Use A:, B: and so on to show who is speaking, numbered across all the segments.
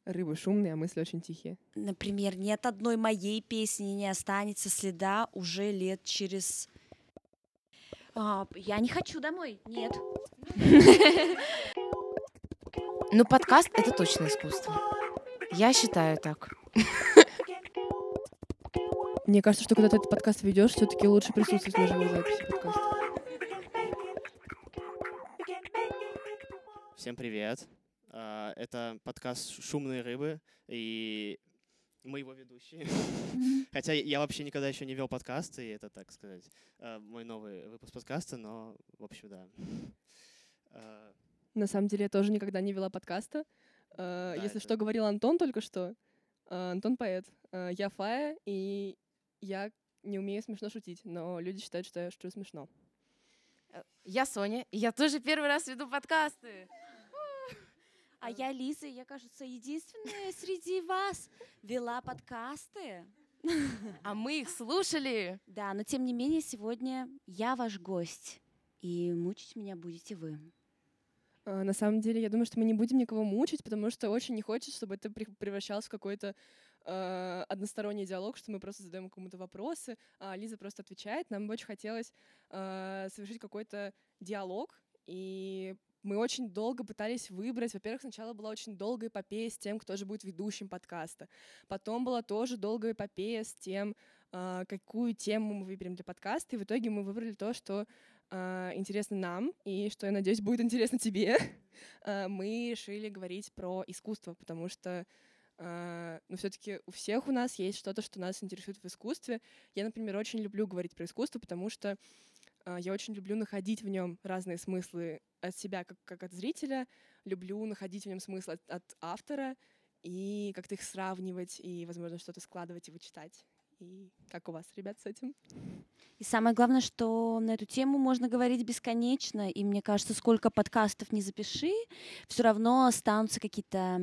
A: Рыбы шумные, а мысли очень тихие.
B: Например, нет одной моей песни, не останется следа уже лет через... я не хочу домой, нет.
C: Ну, подкаст — это точно искусство. Я считаю так.
A: Мне кажется, что когда ты этот подкаст ведешь, все-таки лучше присутствовать на живой записи подкаста.
D: Всем привет. Это подкаст «Шумные рыбы», и мы его ведущие. Хотя я вообще никогда еще не вел подкасты, и это, так сказать, мой новый выпуск подкаста, но, в общем, да.
A: На самом деле, я тоже никогда не вела подкаста. Если что, говорил Антон только что. Антон поэт. Я Фая, и я не умею смешно шутить, но люди считают, что я шучу смешно.
C: Я Соня, и я тоже первый раз веду подкасты.
B: А я Лиза, я, кажется, единственная среди вас вела подкасты.
C: А мы их слушали.
B: Да, но тем не менее сегодня я ваш гость, и мучить меня будете вы.
A: На самом деле, я думаю, что мы не будем никого мучить, потому что очень не хочется, чтобы это превращалось в какой-то односторонний диалог, что мы просто задаем кому-то вопросы, а Лиза просто отвечает. Нам бы очень хотелось совершить какой-то диалог, и мы очень долго пытались выбрать. Во-первых, сначала была очень долгая эпопея с тем, кто же будет ведущим подкаста. Потом была тоже долгая эпопея с тем, какую тему мы выберем для подкаста. И в итоге мы выбрали то, что интересно нам, и что, я надеюсь, будет интересно тебе. Мы решили говорить про искусство, потому что все-таки у всех у нас есть что-то, что нас интересует в искусстве. Я, например, очень люблю говорить про искусство, потому что я очень люблю находить в нем разные смыслы от себя, как от зрителя, люблю находить в нем смысл от автора и как-то их сравнивать и, возможно, что-то складывать и вычитать. И как у вас, ребят, с этим?
B: И самое главное, что на эту тему можно говорить бесконечно, и мне кажется, сколько подкастов не запиши, все равно останутся какие-то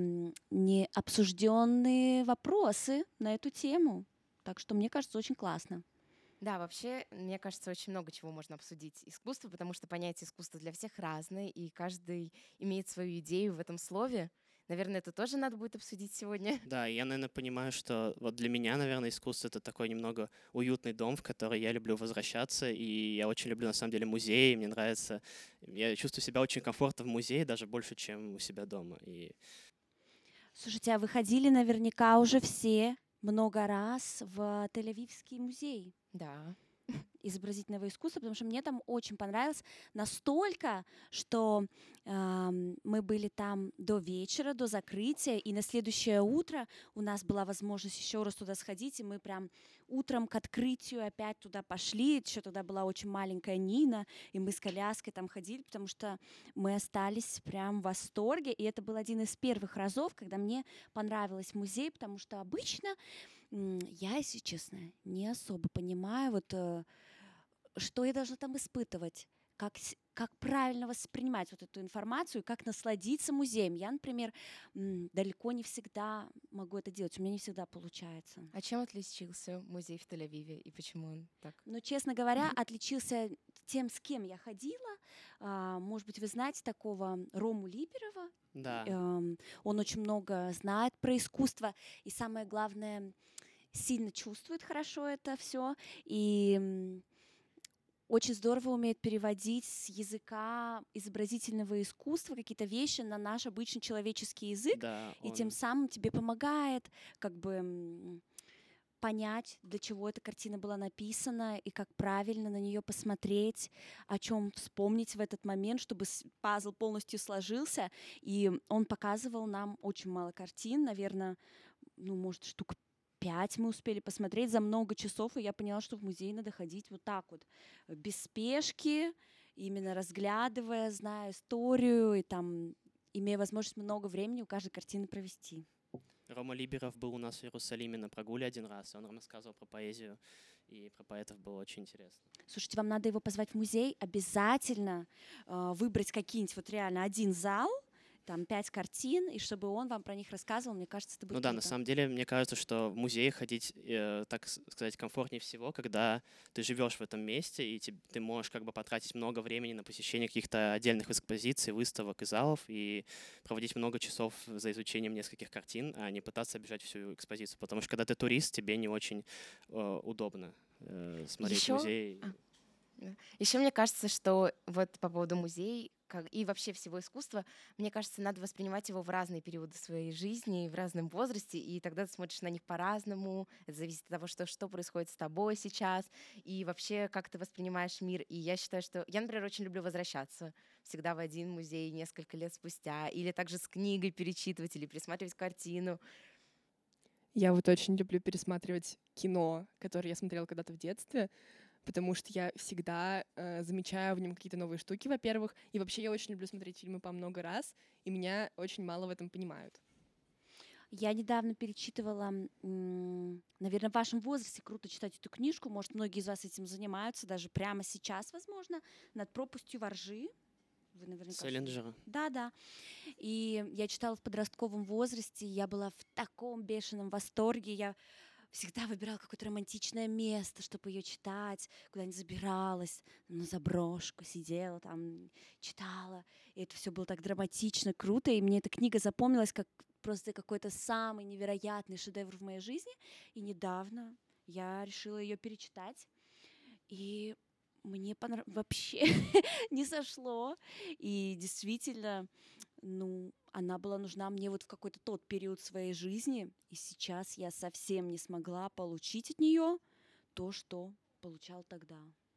B: необсужденные вопросы на эту тему. Так что мне кажется, очень классно.
C: Да, вообще, мне кажется, очень много чего можно обсудить искусство, потому что понятие искусства для всех разное, и каждый имеет свою идею в этом слове. Наверное, это тоже надо будет обсудить сегодня.
D: Да, я, наверное, понимаю, что вот для меня, наверное, искусство — это такой немного уютный дом, в который я люблю возвращаться, и я очень люблю, на самом деле, музеи, мне нравится, я чувствую себя очень комфортно в музее, даже больше, чем у себя дома.
B: Слушайте, а вы ходили наверняка уже все много раз в Тель-Авивский музей
C: Да.
B: изобразительного искусства, потому что мне там очень понравилось настолько, что мы были там до вечера, до закрытия, и на следующее утро у нас была возможность еще раз туда сходить, и мы прям утром к открытию опять туда пошли. Еще тогда была очень маленькая Нина, и мы с коляской там ходили, потому что мы остались прям в восторге, и это был один из первых разов, когда мне понравилось музей, потому что обычно я, если честно, не особо понимаю, что я должна там испытывать, как правильно воспринимать вот эту информацию, как насладиться музеем. Я, например, далеко не всегда могу это делать, у меня не всегда получается.
C: А чем отличился музей в Тель-Авиве и почему он так?
B: Ну, честно говоря, отличился тем, с кем я ходила. Может быть, вы знаете такого Рому Либерова?
D: Да.
B: Он очень много знает про искусство, и самое главное, сильно чувствует хорошо это все, и очень здорово умеет переводить с языка изобразительного искусства какие-то вещи на наш обычный человеческий язык,
D: Да,
B: и тем самым тебе помогает как бы понять, для чего эта картина была написана, и как правильно на нее посмотреть, о чем вспомнить в этот момент, чтобы пазл полностью сложился. И он показывал нам очень мало картин, наверное, может, штук 5 мы успели посмотреть за много часов, и я поняла, что в музей надо ходить вот так вот, без спешки, именно разглядывая, зная историю, и там, имея возможность много времени у каждой картины провести.
D: Рома Либеров был у нас в Иерусалиме на прогуле один раз, и он рассказывал про поэзию, и про поэтов было очень интересно.
B: Слушайте, вам надо его позвать в музей, обязательно выбрать какие-нибудь вот реально один зал, там 5 картин, и чтобы он вам про них рассказывал, мне кажется, это будет
D: Ну да, на
B: круто.
D: самом деле, мне кажется, что в музей ходить, так сказать, комфортнее всего, когда ты живешь в этом месте, и ты можешь как бы потратить много времени на посещение каких-то отдельных экспозиций, выставок и залов, и проводить много часов за изучением нескольких картин, а не пытаться обижать всю экспозицию. Потому что когда ты турист, тебе не очень удобно смотреть
C: Еще
D: музей.
C: Еще мне кажется, что вот по поводу музея и вообще всего искусства, мне кажется, надо воспринимать его в разные периоды своей жизни, в разном возрасте, и тогда ты смотришь на них по-разному. Это зависит от того, что происходит с тобой сейчас, и вообще, как ты воспринимаешь мир. И я считаю, что я, например, очень люблю возвращаться всегда в один музей несколько лет спустя, или также с книгой перечитывать, или пересматривать картину.
A: Я вот очень люблю пересматривать кино, которое я смотрела когда-то в детстве, потому что я всегда замечаю в нем какие-то новые штуки, во-первых, и вообще я очень люблю смотреть фильмы по много раз, и меня очень мало в этом понимают.
B: Я недавно перечитывала, наверное, в вашем возрасте круто читать эту книжку, может, многие из вас этим занимаются, даже прямо сейчас, возможно, «Над пропастью воржи». Вы наверняка
D: Селлинджера.
B: Да. И я читала в подростковом возрасте, я была в таком бешеном восторге. Я всегда выбирала какое-то романтичное место, чтобы ее читать, куда-нибудь забиралась, на заброшку сидела там, читала. И это все было так драматично, круто. И мне эта книга запомнилась как просто какой-то самый невероятный шедевр в моей жизни. И недавно я решила ее перечитать. И мне вообще не сошло. И действительно, она была нужна мне вот в какой-то тот период своей жизни, и сейчас я совсем не смогла получить от нее то, что получал тогда.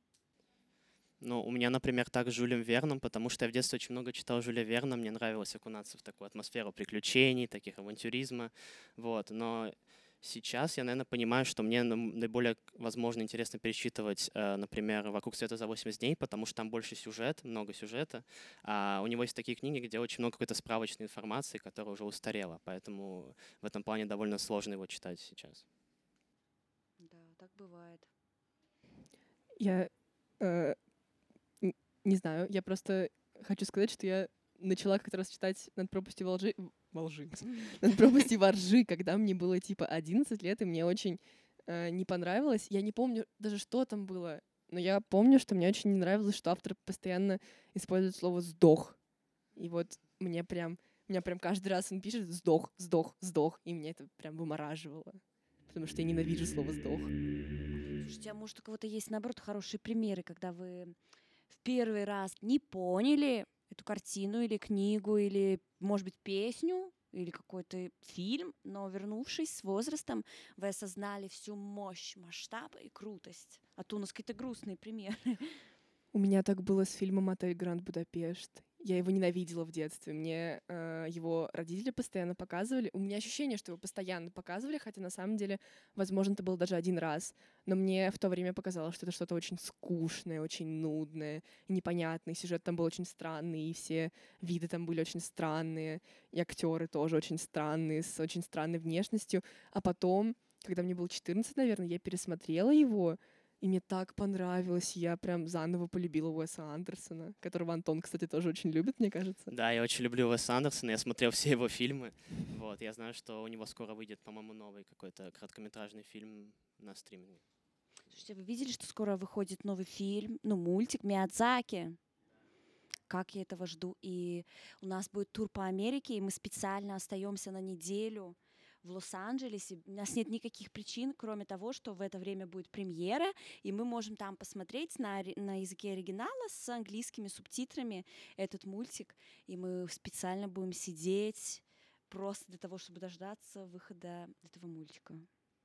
D: Ну, у меня, например, так с Жюлем Верном, потому что я в детстве очень много читал Жюля Верна, мне нравилось окунаться в такую атмосферу приключений, таких авантюризма, вот, но сейчас я, наверное, понимаю, что мне наиболее, возможно, интересно перечитывать, например, «Вокруг света за 80 дней», потому что там больше сюжет, много сюжета, а у него есть такие книги, где очень много какой-то справочной информации, которая уже устарела, поэтому в этом плане довольно сложно его читать сейчас.
B: Да, так бывает.
A: Я не знаю, я просто хочу сказать, что я начала как-то раз читать «Над пропастью «Над пропастью воржи», когда мне было типа 11 лет, и мне очень не понравилось. Я не помню даже, что там было, но я помню, что мне очень не нравилось, что автор постоянно использует слово «сдох». И вот меня прям каждый раз он пишет «сдох, сдох, сдох», и меня это прям вымораживало, потому что я ненавижу слово «сдох».
B: Слушайте, а может, у кого-то есть, наоборот, хорошие примеры, когда вы в первый раз не поняли эту картину или книгу, или, может быть, песню, или какой-то фильм, но, вернувшись с возрастом, вы осознали всю мощь масштаба и крутость. А то у нас какие-то грустные примеры.
A: У меня так было с фильмом «Отель Гранд Будапешт». Я его ненавидела в детстве. Мне его родители постоянно показывали. У меня ощущение, что его постоянно показывали, хотя на самом деле, возможно, это было даже один раз. Но мне в то время показалось, что это что-то очень скучное, очень нудное, непонятное. Сюжет там был очень странный, и все виды там были очень странные, и актеры тоже очень странные, с очень странной внешностью. А потом, когда мне было 14, наверное, я пересмотрела его, и мне так понравилось. Я прям заново полюбила Уэса Андерсона, которого Антон, кстати, тоже очень любит, мне кажется.
D: Да, я очень люблю Уэса Андерсона, я смотрел все его фильмы. Вот, я знаю, что у него скоро выйдет, по-моему, новый какой-то короткометражный фильм на стриминге.
B: Слушайте, вы видели, что скоро выходит новый фильм, мультик Миядзаки? Как я этого жду. И у нас будет тур по Америке, и мы специально остаемся на неделю в Лос-Анджелесе. У нас нет никаких причин, кроме того, что в это время будет премьера, и мы можем там посмотреть на языке оригинала с английскими субтитрами этот мультик, и мы специально будем сидеть просто для того, чтобы дождаться выхода этого мультика.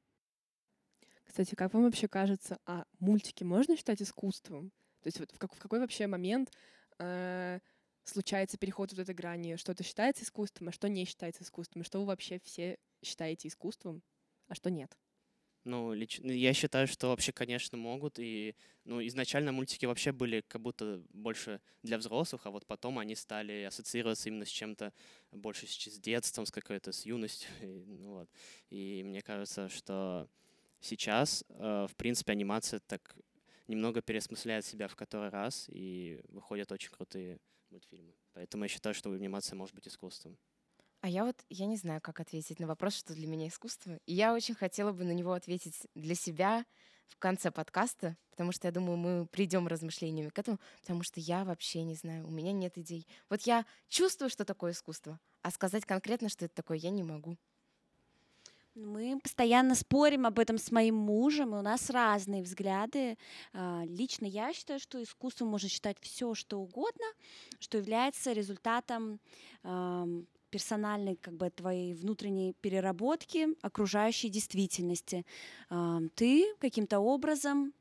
A: Кстати, как вам вообще кажется, мультики можно считать искусством? То есть вот в какой вообще момент случается переход вот этой грани? Что-то считается искусством, а что не считается искусством? И что вы вообще все считаете искусством, а что нет?
D: Ну, лично я считаю, что вообще, конечно, могут. И, изначально мультики вообще были как будто больше для взрослых, а вот потом они стали ассоциироваться именно с чем-то больше с детством, с какой-то, с юностью. И мне кажется, что сейчас, в принципе, анимация так немного переосмысляет себя в который раз, и выходят очень крутые мультфильмы. Поэтому я считаю, что анимация может быть искусством.
C: А я не знаю, как ответить на вопрос, что для меня искусство. И я очень хотела бы на него ответить для себя в конце подкаста, потому что я думаю, мы придем размышлениями к этому, потому что я вообще не знаю, у меня нет идей. Вот я чувствую, что такое искусство, а сказать конкретно, что это такое, я не могу.
B: Мы постоянно спорим об этом с моим мужем, и у нас разные взгляды. Лично я считаю, что искусством можно считать все, что угодно, что является результатом персональной твоей внутренней переработки окружающей действительности. Ты каким-то образом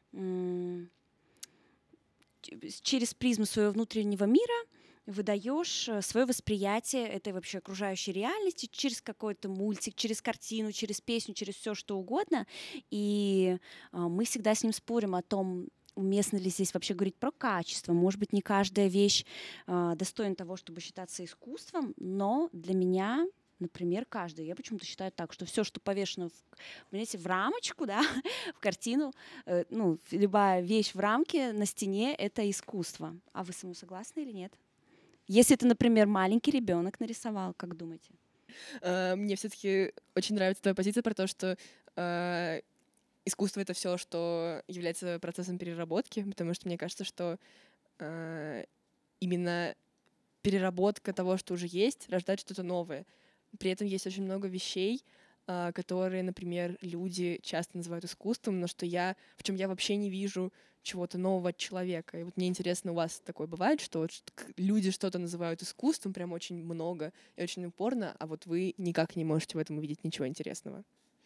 B: через призму своего внутреннего мира выдаешь свое восприятие этой вообще окружающей реальности через какой-то мультик, через картину, через песню, через все что угодно. И мы всегда с ним спорим о том, уместно ли здесь вообще говорить про качество. Может быть, не каждая вещь достойна того, чтобы считаться искусством, но для меня, например, каждая. Я почему-то считаю так, что все, что повешено в рамочку, да, в картину, любая вещь в рамке на стене — это искусство. А вы со мной согласны или нет? Если это, например, маленький ребенок нарисовал, как думаете?
A: Мне все-таки очень нравится твоя позиция про то, что искусство — это все, что является процессом переработки, потому что мне кажется, что именно переработка того, что уже есть, рождает что-то новое. При этом есть очень много вещей, которые, например, люди часто называют искусством, но в чем я вообще не вижу чего-то нового от человека. И вот мне интересно, у вас такое бывает, что люди что-то называют искусством прям очень много и очень упорно, а вот вы никак не можете в этом увидеть ничего интересного?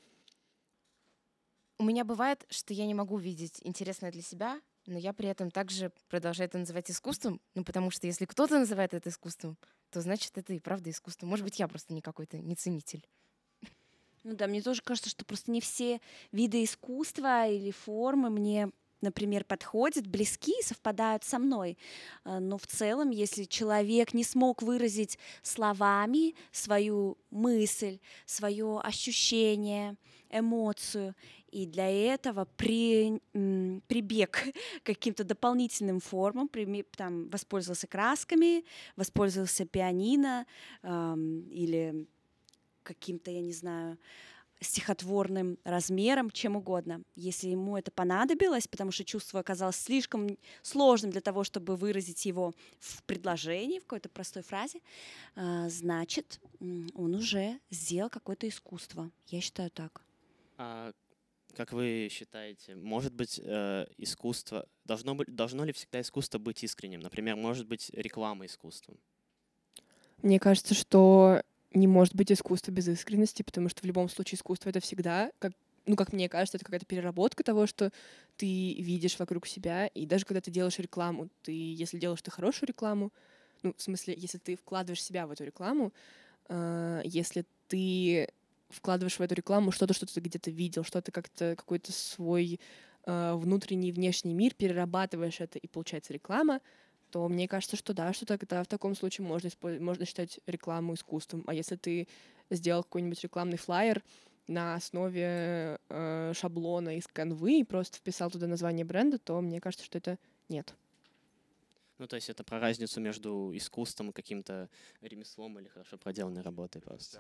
C: У меня бывает, что я не могу видеть интересное для себя, но я при этом также продолжаю это называть искусством, потому что если кто-то называет это искусством, то значит это и правда искусство. Может быть, я просто не какой-то не ценитель.
B: Мне тоже кажется, что просто не все виды искусства или формы мне, например, подходят, близки, совпадают со мной. Но в целом, если человек не смог выразить словами свою мысль, свое ощущение, эмоцию, и для этого прибег к каким-то дополнительным формам, воспользовался красками, воспользовался пианино или каким-то, я не знаю, стихотворным размером, чем угодно. Если ему это понадобилось, потому что чувство оказалось слишком сложным для того, чтобы выразить его в предложении, в какой-то простой фразе, значит, он уже сделал какое-то искусство. Я считаю так.
D: А как вы считаете, может быть, искусство... Должно ли всегда искусство быть искренним? Например, может быть реклама искусством?
A: Мне кажется, что не может быть искусства без искренности, потому что в любом случае искусство — это всегда, как мне кажется, это какая-то переработка того, что ты видишь вокруг себя. И даже когда ты делаешь рекламу, если делаешь ты хорошую рекламу, в смысле, если ты вкладываешь себя в эту рекламу, если ты вкладываешь в эту рекламу что-то, что ты где-то видел, что-то как-то какой-то свой внутренний и внешний мир, перерабатываешь это, и получается реклама, то мне кажется, что да, что тогда в таком случае можно считать рекламу искусством. А если ты сделал какой-нибудь рекламный флаер на основе шаблона из канвы и просто вписал туда название бренда, то мне кажется, что это нет.
D: То есть это про разницу между искусством и каким-то ремеслом или хорошо проделанной работой просто.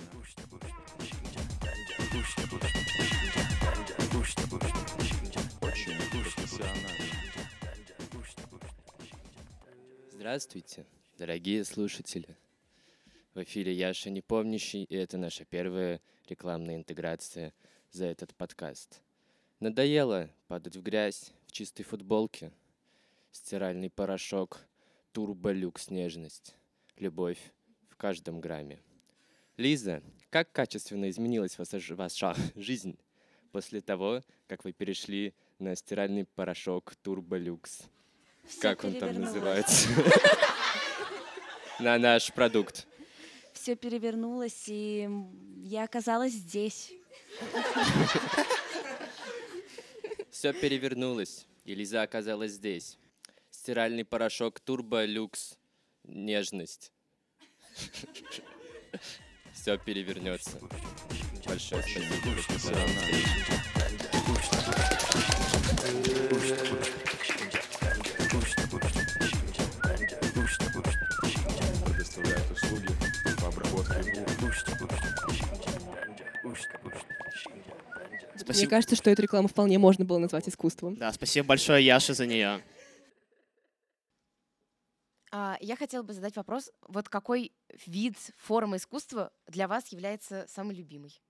E: Здравствуйте, дорогие слушатели. В эфире Яша Непомнящий, и это наша первая рекламная интеграция за этот подкаст. Надоело падать в грязь в чистой футболке? Стиральный порошок, турболюкс нежность, любовь в каждом грамме. Лиза, как качественно изменилась ваша жизнь после того, как вы перешли на стиральный порошок турболюкс? Как он там называется? На наш продукт.
B: Все перевернулось, и я оказалась здесь.
E: Все перевернулось, и Лиза оказалась здесь. Стиральный порошок турболюкс нежность. Все перевернется. Большое спасибо.
F: Предоставляет услуги по обработке
A: Мне
D: Спасибо.
A: кажется, что эту рекламу вполне можно было назвать искусством.
D: Да, спасибо большое, Яше, за нее.
C: Я хотела бы задать вопрос, вот какой вид, формы искусства для вас является самый любимый?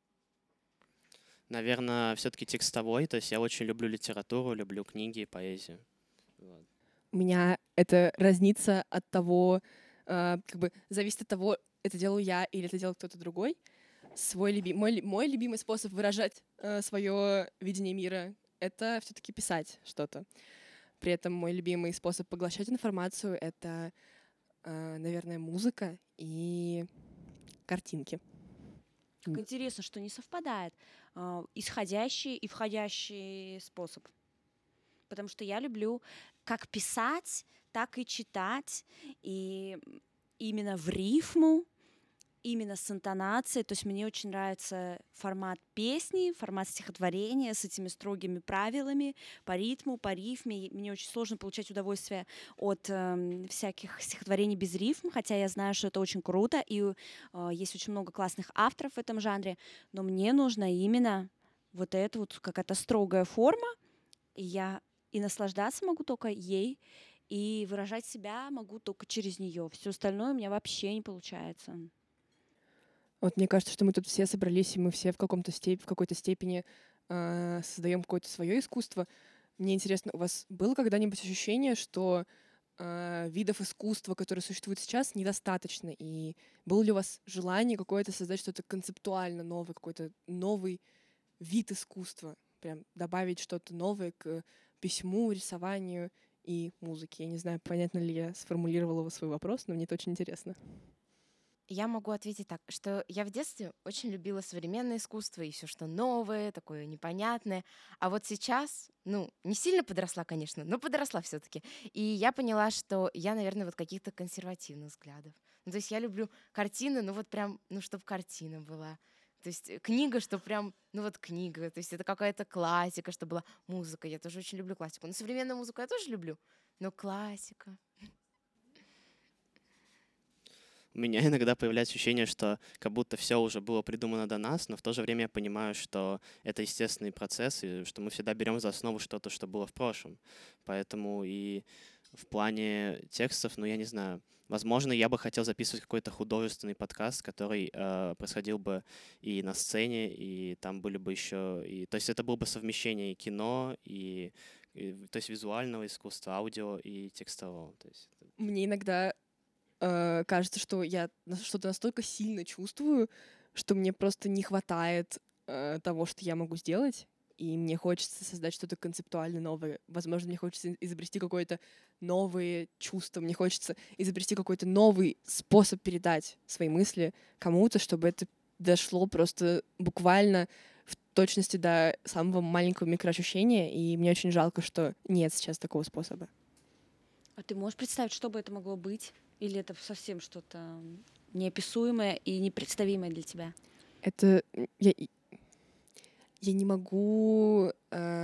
D: Наверное, все-таки текстовой. То есть я очень люблю литературу, люблю книги, поэзию. Вот.
A: У меня это разнится от того, как бы зависит от того, это делаю я или это делает кто-то другой. Мой любимый способ выражать свое видение мира — это все-таки писать что-то. При этом мой любимый способ поглощать информацию — это, наверное, музыка и картинки.
B: Как интересно, что не совпадает исходящий и входящий способ. Потому что я люблю как писать, так и читать. И именно в рифму, именно с интонацией. То есть мне очень нравится формат песни, формат стихотворения с этими строгими правилами по ритму, по рифме. И мне очень сложно получать удовольствие от всяких стихотворений без рифм, хотя я знаю, что это очень круто, и есть очень много классных авторов в этом жанре, но мне нужна именно вот эта вот какая-то строгая форма, и я и наслаждаться могу только ей, и выражать себя могу только через нее. Все остальное у меня вообще не получается.
A: Вот мне кажется, что мы тут все собрались, и мы все в какой-то степени создаем какое-то свое искусство. Мне интересно, у вас было когда-нибудь ощущение, что видов искусства, которые существуют сейчас, недостаточно? И было ли у вас желание какое-то создать что-то концептуально новое, какой-то новый вид искусства? Прям добавить что-то новое к письму, рисованию и музыке? Я не знаю, понятно ли я сформулировала свой вопрос, но мне это очень интересно.
C: Я могу ответить так, что я в детстве очень любила современное искусство и все, что новое, такое непонятное. А вот сейчас, не сильно подросла, конечно, но подросла все-таки. И я поняла, что я, наверное, вот каких-то консервативных взглядов. То есть я люблю картины, вот прям, чтобы картина была. То есть книга, что прям, вот книга. То есть это какая-то классика, что была музыка. Я тоже очень люблю классику. Но современную музыку я тоже люблю, но классика.
D: У меня иногда появляется ощущение, что как будто все уже было придумано до нас, но в то же время я понимаю, что это естественный процесс, и что мы всегда берем за основу что-то, что было в прошлом. Поэтому и в плане текстов, я не знаю, возможно, я бы хотел записывать какой-то художественный подкаст, который происходил бы и на сцене, и там были бы еще... То есть это было бы совмещение и кино, то есть визуального искусства, аудио и текстового. То есть
A: Мне иногда кажется, что я что-то настолько сильно чувствую, что мне просто не хватает того, что я могу сделать, и мне хочется создать что-то концептуально новое. Возможно, мне хочется изобрести какое-то новое чувство, мне хочется изобрести какой-то новый способ передать свои мысли кому-то, чтобы это дошло просто буквально в точности до самого маленького микроощущения, и мне очень жалко, что нет сейчас такого способа.
B: А ты можешь представить, что бы это могло быть? Или это совсем что-то неописуемое и непредставимое для тебя?
A: Это... Я не могу...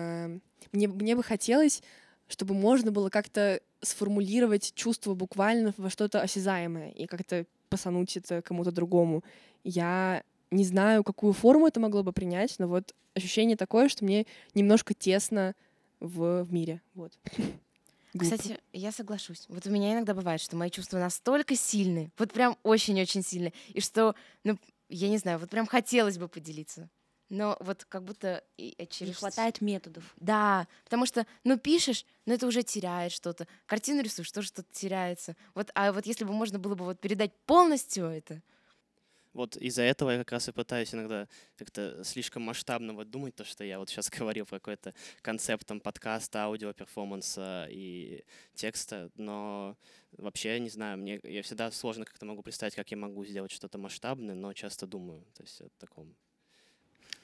A: Мне бы хотелось, чтобы можно было как-то сформулировать чувство буквально во что-то осязаемое и как-то посануть это кому-то другому. Я не знаю, какую форму это могло бы принять, но вот ощущение такое, что мне немножко тесно в мире. Вот.
C: Кстати, я соглашусь. Вот у меня иногда бывает, что мои чувства настолько сильны, вот прям очень-очень сильны, и что, я не знаю, вот прям хотелось бы поделиться. Но вот как будто
B: Не хватает методов.
C: Да, потому что, пишешь, это уже теряет что-то. Картину рисуешь, тоже что-то теряется. А вот если бы можно было бы вот передать полностью это...
D: Вот из-за этого я как раз и пытаюсь иногда как-то слишком масштабно вот думать, то, что я вот сейчас говорил про какой-то концепт там, подкаста, аудио, перформанса и текста, но вообще, я не знаю, я всегда сложно как-то могу представить, как я могу сделать что-то масштабное, но часто думаю, то есть о таком.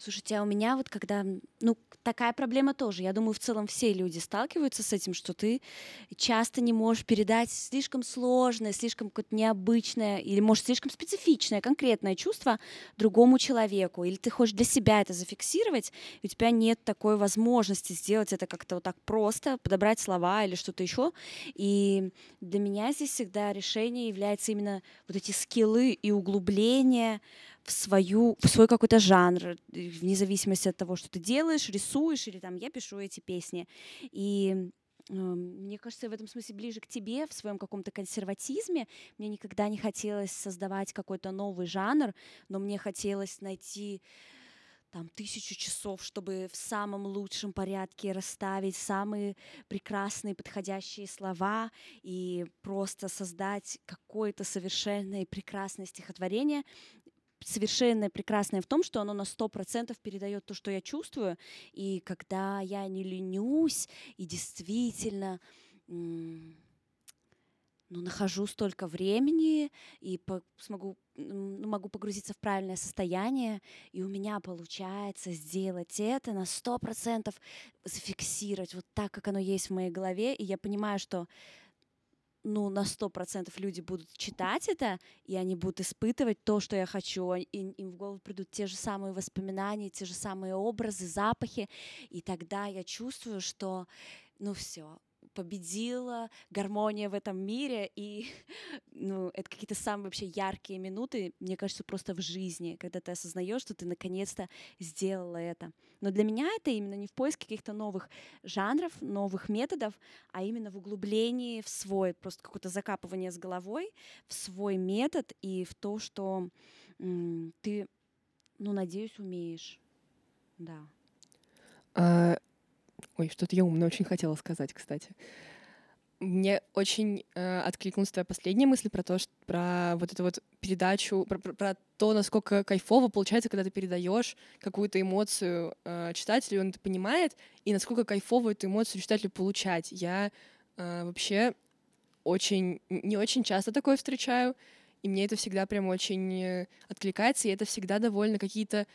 B: Слушайте, а у меня вот когда, ну, такая проблема тоже. Я думаю, в целом все люди сталкиваются с этим, что ты часто не можешь передать слишком сложное, слишком какое-то необычное или, может, слишком специфичное, конкретное чувство другому человеку. Или ты хочешь для себя это зафиксировать, и у тебя нет такой возможности сделать это как-то вот так просто, подобрать слова или что-то еще. И для меня здесь всегда решение является именно вот эти скиллы и углубления в свой какой-то жанр, вне зависимости от того, что ты делаешь, рисуешь, или там я пишу эти песни. И мне кажется, я в этом смысле ближе к тебе, в своем каком-то консерватизме. Мне никогда не хотелось создавать какой-то новый жанр, но мне хотелось найти там 1000 часов, чтобы в самом лучшем порядке расставить самые прекрасные подходящие слова и просто создать какое-то совершенное и прекрасное стихотворение. Совершенно прекрасное в том, что оно на 100% передает то, что я чувствую. И когда я не ленюсь и действительно нахожу столько времени и могу погрузиться в правильное состояние, и у меня получается сделать это на 100%, зафиксировать вот так, как оно есть в моей голове, и я понимаю, что на 100% люди будут читать это, и они будут испытывать то, что я хочу. Им в голову придут те же самые воспоминания, те же самые образы, запахи. И тогда я чувствую, что, все, победила гармония в этом мире. И это какие-то самые вообще яркие минуты, мне кажется, просто в жизни, когда ты осознаешь, что ты наконец-то сделала это. Но для меня это именно не в поиске каких-то новых жанров, новых методов, а именно в углублении в свой, просто какое-то закапывание с головой, в свой метод и в то, что ты, надеюсь, умеешь. Да.
A: Ой, что-то я умно очень хотела сказать, кстати. Мне очень откликнулась твоя последняя мысль про то, что про вот эту вот передачу, про то, насколько кайфово получается, когда ты передаешь какую-то эмоцию читателю, он это понимает, и насколько кайфово эту эмоцию читателю получать. Я вообще не очень часто такое встречаю, и мне это всегда прям очень откликается, и это всегда довольно какие-то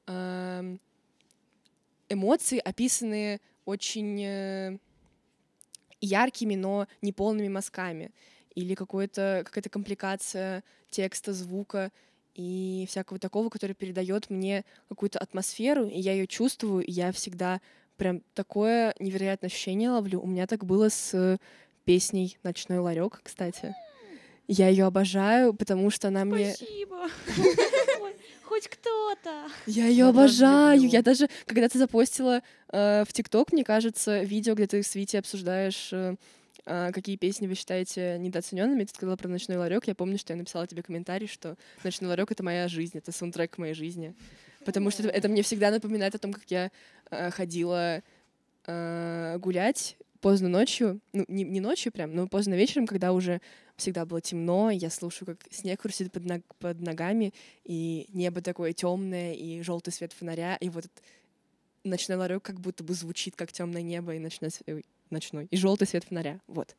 A: эмоции, описанные очень яркими, но неполными мазками. Или какая-то компликация текста, звука и всякого такого, который передает мне какую-то атмосферу, и я ее чувствую, и я всегда прям такое невероятное ощущение ловлю. У меня так было с песней «Ночной ларек», кстати. Я ее обожаю, потому что она мне...
B: Спасибо. Хоть кто-то.
A: Я ее обожаю. Я даже, когда ты запостила в ТикТок, мне кажется, видео, где ты с Витей обсуждаешь, какие песни вы считаете недооцененными, ты сказала про «Ночной ларек». Я помню, что я написала тебе комментарий, что «Ночной ларек» — это моя жизнь, это саундтрек моей жизни. Потому что это мне всегда напоминает о том, как я ходила гулять поздно ночью, не ночью прям, но поздно вечером, когда уже всегда было темно, и я слушаю, как снег хрустит под ногами, и небо такое темное, и желтый свет фонаря, и вот этот «Ночной ларек» как будто бы звучит как темное небо и ночной, и желтый свет фонаря. Вот.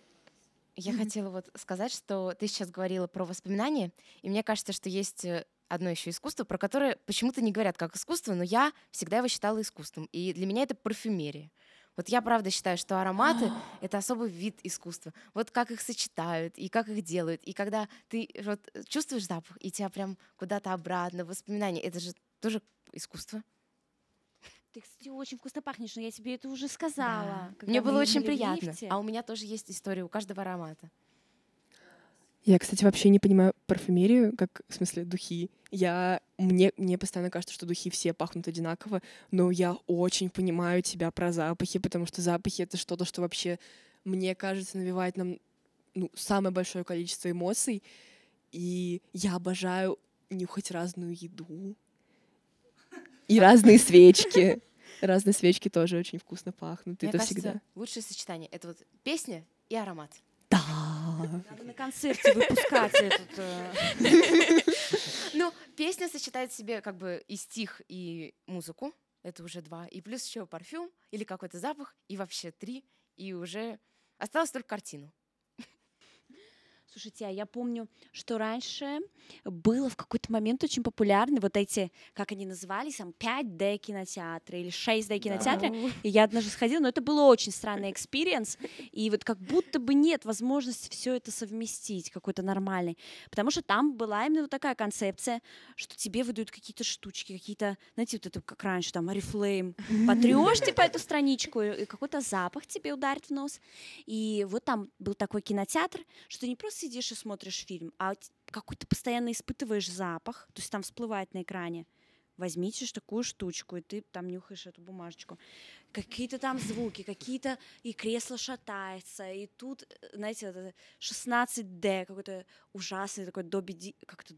C: Я хотела вот сказать, что ты сейчас говорила про воспоминания, и мне кажется, что есть одно еще искусство, про которое почему-то не говорят как искусство, но я всегда его считала искусством. И для меня это парфюмерия. Вот я правда считаю, что ароматы — это особый вид искусства. Вот как их сочетают, и как их делают. И когда ты вот чувствуешь запах, и тебя прям куда-то обратно, воспоминания, это же тоже искусство.
B: Ты, кстати, очень вкусно пахнешь, но я тебе это уже сказала.
C: Да. Мне было очень приятно. А у меня тоже есть история у каждого аромата.
A: Я, кстати, вообще не понимаю парфюмерию, как, в смысле, духи. Мне постоянно кажется, что духи все пахнут одинаково, но я очень понимаю тебя про запахи, потому что запахи — это что-то, что вообще, мне кажется, навевает нам самое большое количество эмоций. И я обожаю нюхать разную еду и разные свечки. Разные свечки тоже очень вкусно пахнут.
C: Мне
A: это
C: кажется,
A: всегда.
C: лучшее сочетание — это вот песня и аромат.
A: Да.
B: Надо на концерте выпускать этот...
C: Ну, песня сочетает в себе как бы и стих, и музыку. Это уже 2. И плюс еще парфюм или какой-то запах. И вообще 3. И уже осталось только картину.
B: Слушайте, а я помню, что раньше было в какой-то момент очень популярны вот эти, как они назывались, там 5D кинотеатры или 6D кинотеатры. И я однажды сходила, но это был очень странный экспириенс. И вот как будто бы нет возможности все это совместить, какой-то нормальный. Потому что там была именно вот такая концепция, что тебе выдают какие-то штучки, какие-то, знаете, вот это как раньше, там, Oriflame. Потрешь типа эту страничку, и какой-то запах тебе ударит в нос. И вот там был такой кинотеатр, что ты не просто сидишь и смотришь фильм, а какой-то постоянно испытываешь запах, то есть там всплывает на экране. Возьмите такую штучку, и ты там нюхаешь эту бумажечку. Какие-то там звуки, какие-то, и кресло шатается, и тут, знаете, это 16D, какой-то ужасный такой Dolby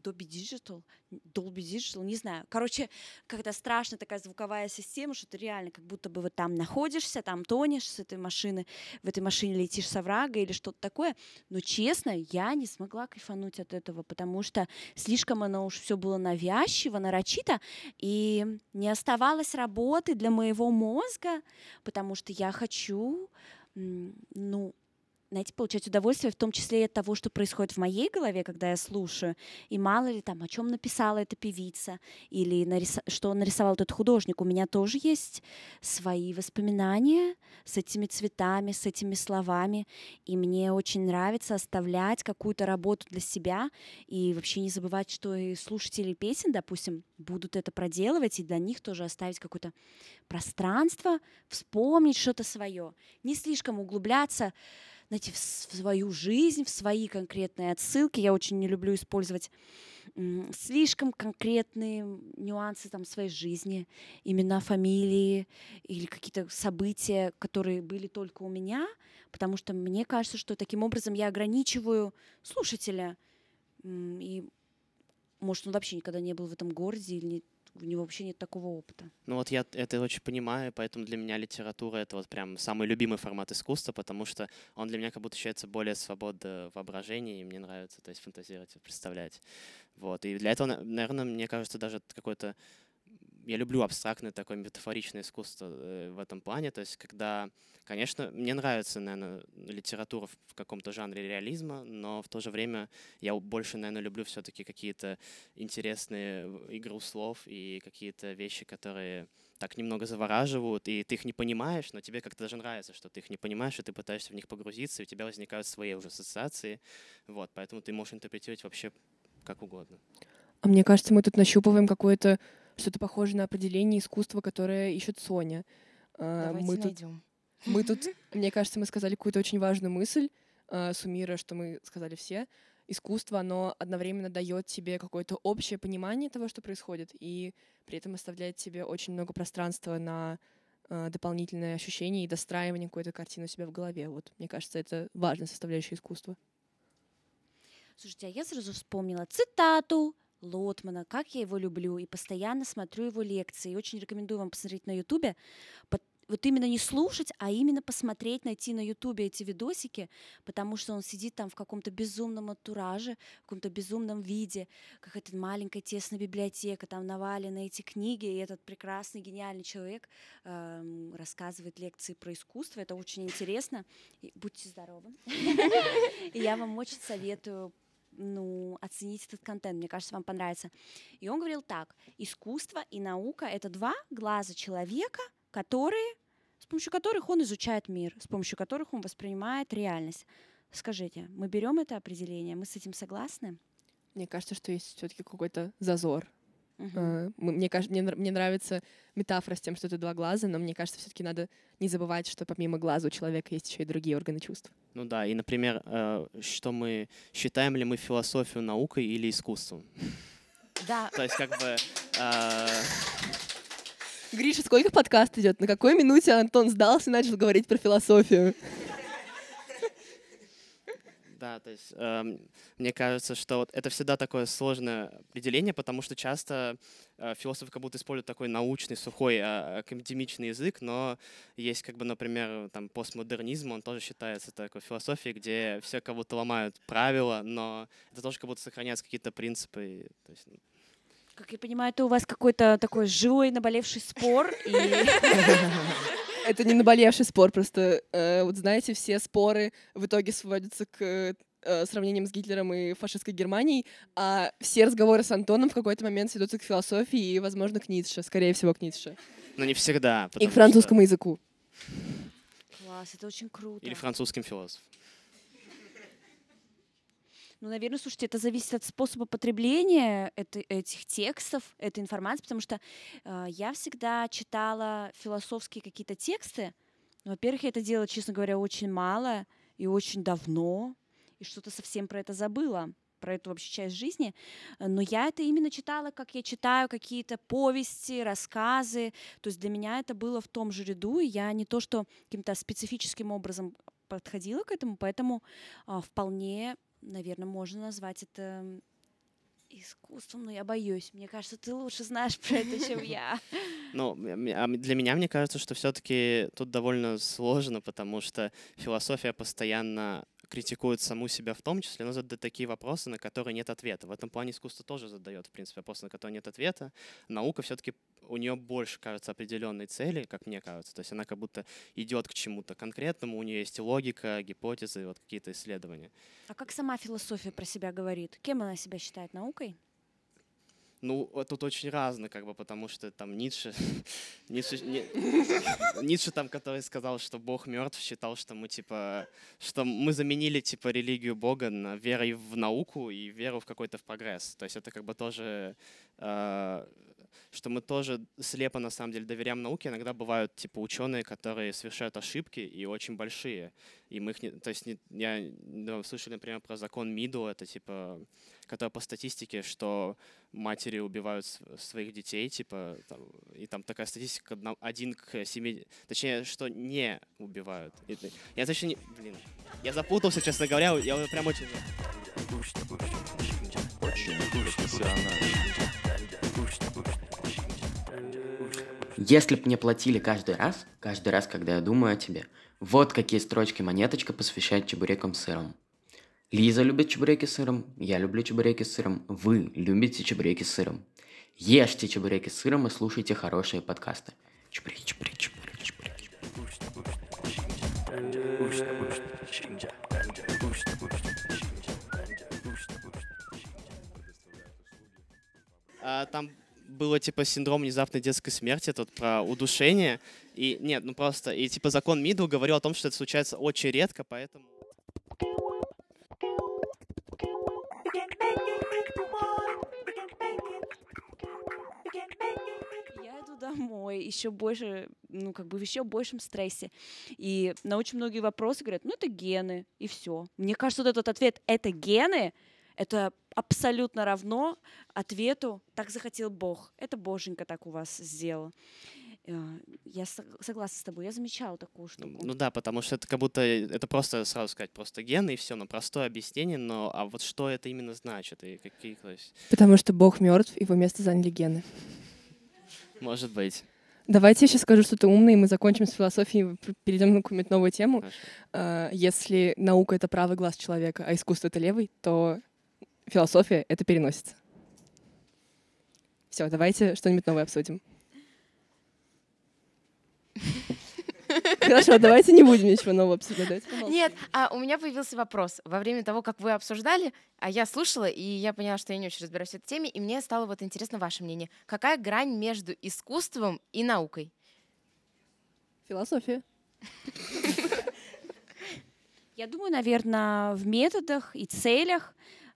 B: Digital, не знаю. Короче, как-то страшная такая звуковая система, что ты реально как будто бы вот там находишься, там тонешь с этой машины, в этой машине летишь с оврага или что-то такое. Но, честно, я не смогла кайфануть от этого, потому что слишком оно уж все было навязчиво, нарочито, и не оставалось работы для моего мозга, потому что я хочу, знаете, получать удовольствие, в том числе и от того, что происходит в моей голове, когда я слушаю. И мало ли там, о чем написала эта певица, или что нарисовал этот художник. У меня тоже есть свои воспоминания с этими цветами, с этими словами. И мне очень нравится оставлять какую-то работу для себя и вообще не забывать, что и слушатели песен, допустим, будут это проделывать, и для них тоже оставить какое-то пространство, вспомнить что-то свое. Не слишком углубляться, знаете, в свою жизнь, в свои конкретные отсылки. Я очень не люблю использовать слишком конкретные нюансы там своей жизни, имена, фамилии или какие-то события, которые были только у меня, потому что мне кажется, что таким образом я ограничиваю слушателя. И, может, он вообще никогда не был в этом городе или у него вообще нет такого опыта.
D: Ну вот я это очень понимаю, поэтому для меня литература — это вот прям самый любимый формат искусства, потому что он для меня как будто ощущается более свободно воображения, и мне нравится, то есть, фантазировать и представлять. Вот. И для этого, наверное, мне кажется, даже какой-то... Я люблю абстрактное такое метафоричное искусство в этом плане, то есть когда, конечно, мне нравится, наверное, литература в каком-то жанре реализма, но в то же время я больше, наверное, люблю все-таки какие-то интересные игру слов и какие-то вещи, которые так немного завораживают, и ты их не понимаешь, но тебе как-то даже нравится, что ты их не понимаешь, и ты пытаешься в них погрузиться, и у тебя возникают свои уже ассоциации, вот, поэтому ты можешь интерпретировать вообще как угодно.
A: А мне кажется, мы тут нащупываем какое-то что-то похожее на определение искусства, которое ищет Соня.
C: Давайте найдем.
A: Мы тут, мне кажется, мы сказали какую-то очень важную мысль, суммируя, что мы сказали все. Искусство, оно одновременно дает тебе какое-то общее понимание того, что происходит, и при этом оставляет тебе очень много пространства на дополнительное ощущение и достраивание какой-то картины у себя в голове. Вот, мне кажется, это важная составляющая искусства.
B: Слушайте, а я сразу вспомнила цитату Лотмана, как я его люблю, и постоянно смотрю его лекции. И очень рекомендую вам посмотреть на Ютубе. Вот именно не слушать, а именно посмотреть, найти на Ютубе эти видосики, потому что он сидит там в каком-то безумном антураже, в каком-то безумном виде, как эта маленькая тесная библиотека, там навалены эти книги, и этот прекрасный, гениальный человек рассказывает лекции про искусство. Это очень интересно. Будьте здоровы. И я вам очень советую оценить этот контент, мне кажется, вам понравится. И он говорил так: искусство и наука — это два глаза человека, с помощью которых он изучает мир, с помощью которых он воспринимает реальность. Скажите, мы берем это определение, мы с этим согласны?
A: Мне кажется, что есть все-таки какой-то зазор. Мне нравится метафора с тем, что это два глаза, но мне кажется, все-таки надо не забывать, что помимо глаза у человека есть еще и другие органы чувств.
D: Ну да, и, например, что мы считаем ли мы философию наукой или искусством?
B: Да.
D: То есть как бы...
A: Гриша, сколько подкаст идет? На какой минуте Антон сдался и начал говорить про философию?
D: Да, то есть мне кажется, что вот это всегда такое сложное определение, потому что часто философы как будто используют такой научный, сухой, академичный язык, но есть, как бы, например, там, постмодернизм, он тоже считается такой философией, где все как будто ломают правила, но это тоже как будто сохраняются какие-то принципы. То есть...
B: Как я понимаю, это у вас какой-то такой живой, наболевший спор.
A: Это не наболевший спор, просто, вот знаете, все споры в итоге сводятся к сравнением с Гитлером и фашистской Германией, а все разговоры с Антоном в какой-то момент ведутся к философии и, возможно, к Ницше, скорее всего, к Ницше.
D: Но не всегда.
A: И к
D: потому
A: французскому языку.
B: Класс, это очень круто.
D: Или французским философом.
B: Ну, наверное, слушайте, это зависит от способа потребления этих текстов, этой информации, потому что я всегда читала философские какие-то тексты. Во-первых, я это делала, честно говоря, очень мало и очень давно, и что-то совсем про это забыла, про эту вообще часть жизни. Но я это именно читала, как я читаю какие-то повести, рассказы. То есть для меня это было в том же ряду, и я не то что каким-то специфическим образом подходила к этому, поэтому вполне, наверное, можно назвать это искусством, но я боюсь. Мне кажется, ты лучше знаешь про это, чем я.
D: Ну, для меня, мне кажется, что все-таки тут довольно сложно, потому что философия постоянно критикует саму себя в том числе, но задает такие вопросы, на которые нет ответа. В этом плане искусство тоже задает, в принципе, вопросы, на которые нет ответа. Наука все-таки, у нее больше, кажется, определенной цели, как мне кажется. То есть она как будто идет к чему-то конкретному, у нее есть логика, гипотезы, вот какие-то исследования.
B: А как сама философия про себя говорит? Кем она себя считает? Наукой?
D: Ну, тут очень разно, как бы, потому что там Ницше, Ницше там, который сказал, что Бог мертв, считал, что мы типа, что мы заменили типа религию Бога на верой в науку и веру в какой-то прогресс. То есть это как бы тоже, что мы тоже слепо на самом деле доверяем науке. Иногда бывают типа ученые, которые совершают ошибки и очень большие. И мы их не, то есть слышали, например, про закон Миду, это типа, который по статистике, что матери убивают своих детей, типа, и там такая статистика 1 к 7, точнее, что не убивают. Я точно не, я запутался, честно говоря, я прям очень...
G: Если б мне платили каждый раз, когда я думаю о тебе, вот какие строчки Монеточка посвящает чебурекам с сыром. Лиза любит чебуреки с сыром, я люблю чебуреки с сыром, вы любите чебуреки с сыром. Ешьте чебуреки с сыром и слушайте хорошие подкасты. Чебуреки, чебуреки, чебуреки, чебуреки.
D: Там было типа синдром внезапной детской смерти, тут про удушение. И нет, ну просто, и типа закон Миду говорил о том, что это случается очень редко, поэтому...
B: Я иду домой еще больше, ну, как бы в еще большем стрессе. И на очень многие вопросы говорят, ну, это гены, и все. Мне кажется, вот этот ответ «это гены» это абсолютно равно ответу «так захотел Бог». Это Боженька так у вас сделал. Я согласна с тобой, я замечала такую штуку.
D: Ну да, потому что это как будто, это просто, сразу сказать, просто гены и все, но простое объяснение, но а вот что это именно значит? И какие, то есть...
A: Потому что Бог мертв, его место заняли гены.
D: Может быть.
A: Давайте я сейчас скажу что-то умное, и мы закончим с философией, перейдем на какую-нибудь новую тему. Если наука — это правый глаз человека, а искусство — это левый, то философия — это переносится. Все, давайте что-нибудь новое обсудим. Хорошо, давайте не будем ничего нового обсуждать.
C: Нет, у меня появился вопрос. Во время того, как вы обсуждали, я слушала, и я поняла, что я не очень разбираюсь в этой теме, и мне стало вот интересно ваше мнение. Какая грань между искусством и наукой?
A: Философия.
B: Я думаю, наверное, в методах и целях,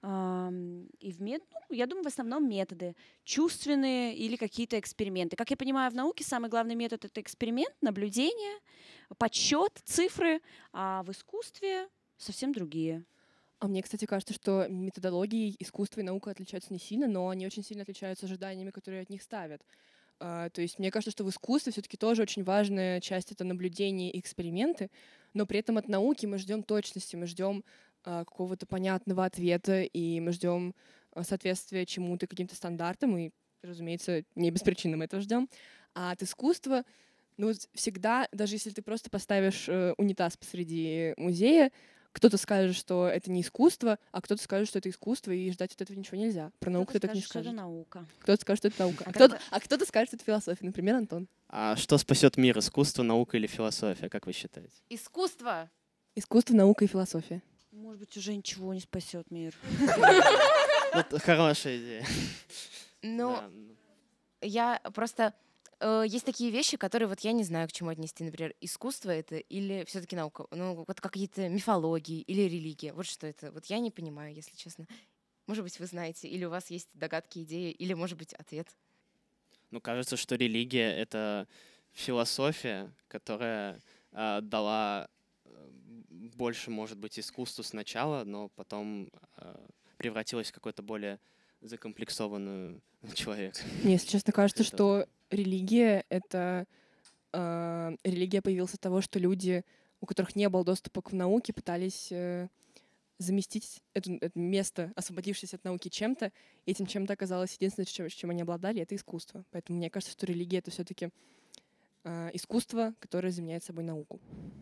B: я думаю, в основном методы чувственные или какие-то эксперименты. Как я понимаю, в науке самый главный метод — это эксперимент, наблюдение, подсчет, цифры, а в искусстве совсем другие.
A: А мне, кстати, кажется, что методологии искусства и наука отличаются не сильно, но они очень сильно отличаются ожиданиями, которые от них ставят. То есть мне кажется, что в искусстве все-таки тоже очень важная часть — это наблюдение и эксперименты, но при этом от науки мы ждем точности, мы ждем какого-то понятного ответа, и мы ждем соответствия чему-то, каким-то стандартам, и, разумеется, не без причины мы этого ждем. А от искусства, ну, всегда, даже если ты просто поставишь унитаз посреди музея, кто-то скажет, что это не искусство, а кто-то скажет, что это искусство, и ждать от этого ничего нельзя. Про науку ты так не скажешь.
B: Что это наука.
A: Кто-то скажет, что это наука. А кто-то скажет, что это философия. Например, Антон.
D: А что спасет мир? Искусство, наука или философия? Как вы считаете?
C: Искусство.
A: Искусство, наука и философия.
B: Может быть, уже ничего не спасет мир.
D: Ну, хорошая идея.
C: Ну,
D: Да,
C: я просто... Есть такие вещи, которые вот я не знаю, к чему отнести. Например, искусство это или все-таки наука? Ну, вот какие-то мифологии или религия. Вот что это? Вот я не понимаю, если честно. Может быть, вы знаете, или у вас есть догадки, идеи, или, может быть, ответ.
D: Ну, кажется, что религия — это философия, которая дала больше, может быть, искусству сначала, но потом превратилась в какой-то более закомплексованную человека.
A: Мне, если честно, кажется,
D: Это
A: что религия — это... религия появилась от того, что люди, у которых не было доступа к науке, пытались заместить это место, освободившееся от науки, чем-то. И этим чем-то оказалось единственное, чем они обладали, это искусство. Поэтому мне кажется, что религия — это все-таки искусство, которое заменяет собой науку.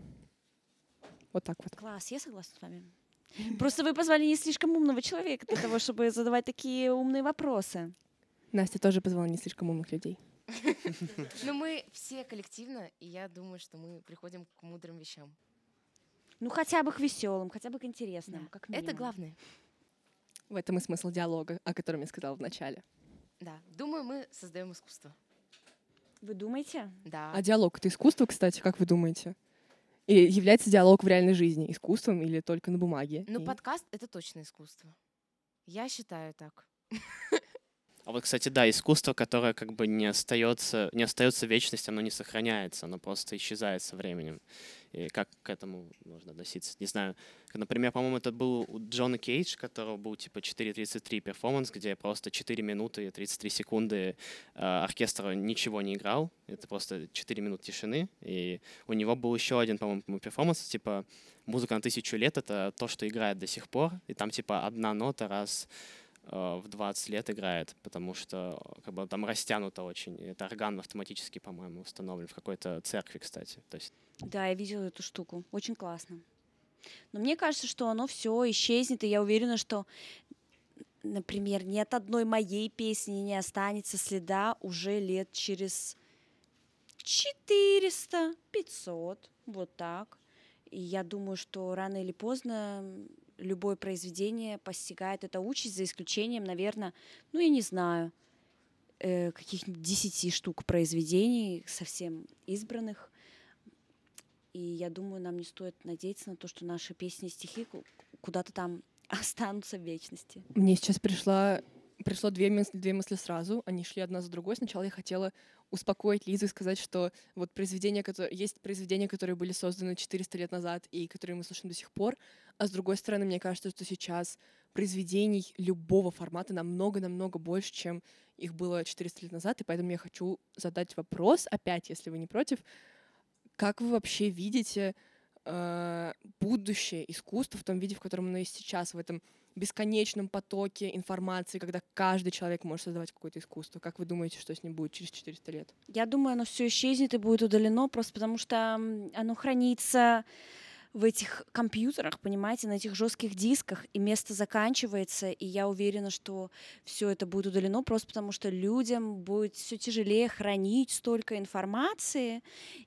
A: Вот так вот.
B: Класс, я согласна с вами. Просто вы позвали не слишком умного человека для того, чтобы задавать такие умные вопросы.
A: Настя тоже позвала не слишком умных людей.
C: Ну, мы все коллективно, и я думаю, что мы приходим к мудрым вещам.
B: Ну, хотя бы к веселым, хотя бы к интересным,
C: Да.
B: как
C: Это
B: минимум.
C: главное.
A: В этом и смысл диалога, о котором я сказала в начале.
C: Да. Думаю, мы создаем искусство.
B: Вы думаете?
C: Да.
A: А диалог — это искусство, кстати, как вы думаете? И является диалог в реальной жизни искусством или только на бумаге?
C: Ну,
A: И-
C: подкаст — это точно искусство. Я считаю так.
D: А вот, кстати, да, искусство, которое как бы не остается в вечности, оно не сохраняется, оно просто исчезает со временем. И как к этому можно относиться? Не знаю. Например, по-моему, это был у Джона Кейдж, у которого был типа 4:33 перформанс, где просто 4 минуты и 33 секунды оркестр ничего не играл. Это просто 4 минуты тишины. И у него был еще один, по-моему, перформанс, типа «Музыка на 1000 лет» — это то, что играет до сих пор. И там типа одна нота раз в 20 лет играет, потому что как бы там растянуто очень. И это орган автоматически, по-моему, установлен в какой-то церкви, кстати. То есть
B: Да, я видела эту штуку. Очень классно. Но мне кажется, что оно все исчезнет, и я уверена, что, например, ни от одной моей песни не останется следа уже лет через 400, 500, вот так. И я думаю, что рано или поздно любое произведение постигает эта участь, за исключением, наверное, ну, я не знаю, каких-нибудь 10 штук произведений, совсем избранных. И я думаю, нам не стоит надеяться на то, что наши песни и стихи куда-то там останутся в вечности.
A: Мне сейчас пришло две мысли сразу. Они шли одна за другой. Сначала я хотела успокоить Лизу и сказать, что вот есть произведения, которые были созданы 400 лет назад и которые мы слушаем до сих пор. А с другой стороны, мне кажется, что сейчас произведений любого формата намного-намного больше, чем их было 400 лет назад. И поэтому я хочу задать вопрос, опять, если вы не против, как вы вообще видите будущее искусства в том виде, в котором оно есть сейчас, в этом бесконечном потоке информации, когда каждый человек может создавать какое-то искусство? Как вы думаете, что с ним будет через 400 лет?
B: Я думаю, оно все исчезнет и будет удалено, просто потому что оно хранится в этих компьютерах, понимаете, на этих жестких дисках, и место заканчивается, и я уверена, что все это будет удалено, просто потому что людям будет все тяжелее хранить столько информации,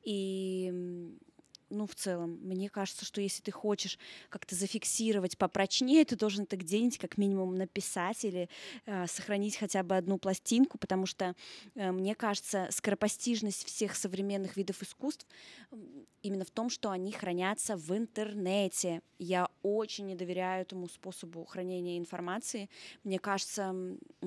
B: и ну, в целом, мне кажется, что если ты хочешь как-то зафиксировать попрочнее, ты должен это где-нибудь как минимум написать или сохранить хотя бы одну пластинку, потому что, мне кажется, скоропостижность всех современных видов искусств именно в том, что они хранятся в интернете. Я очень не доверяю этому способу хранения информации. Мне кажется,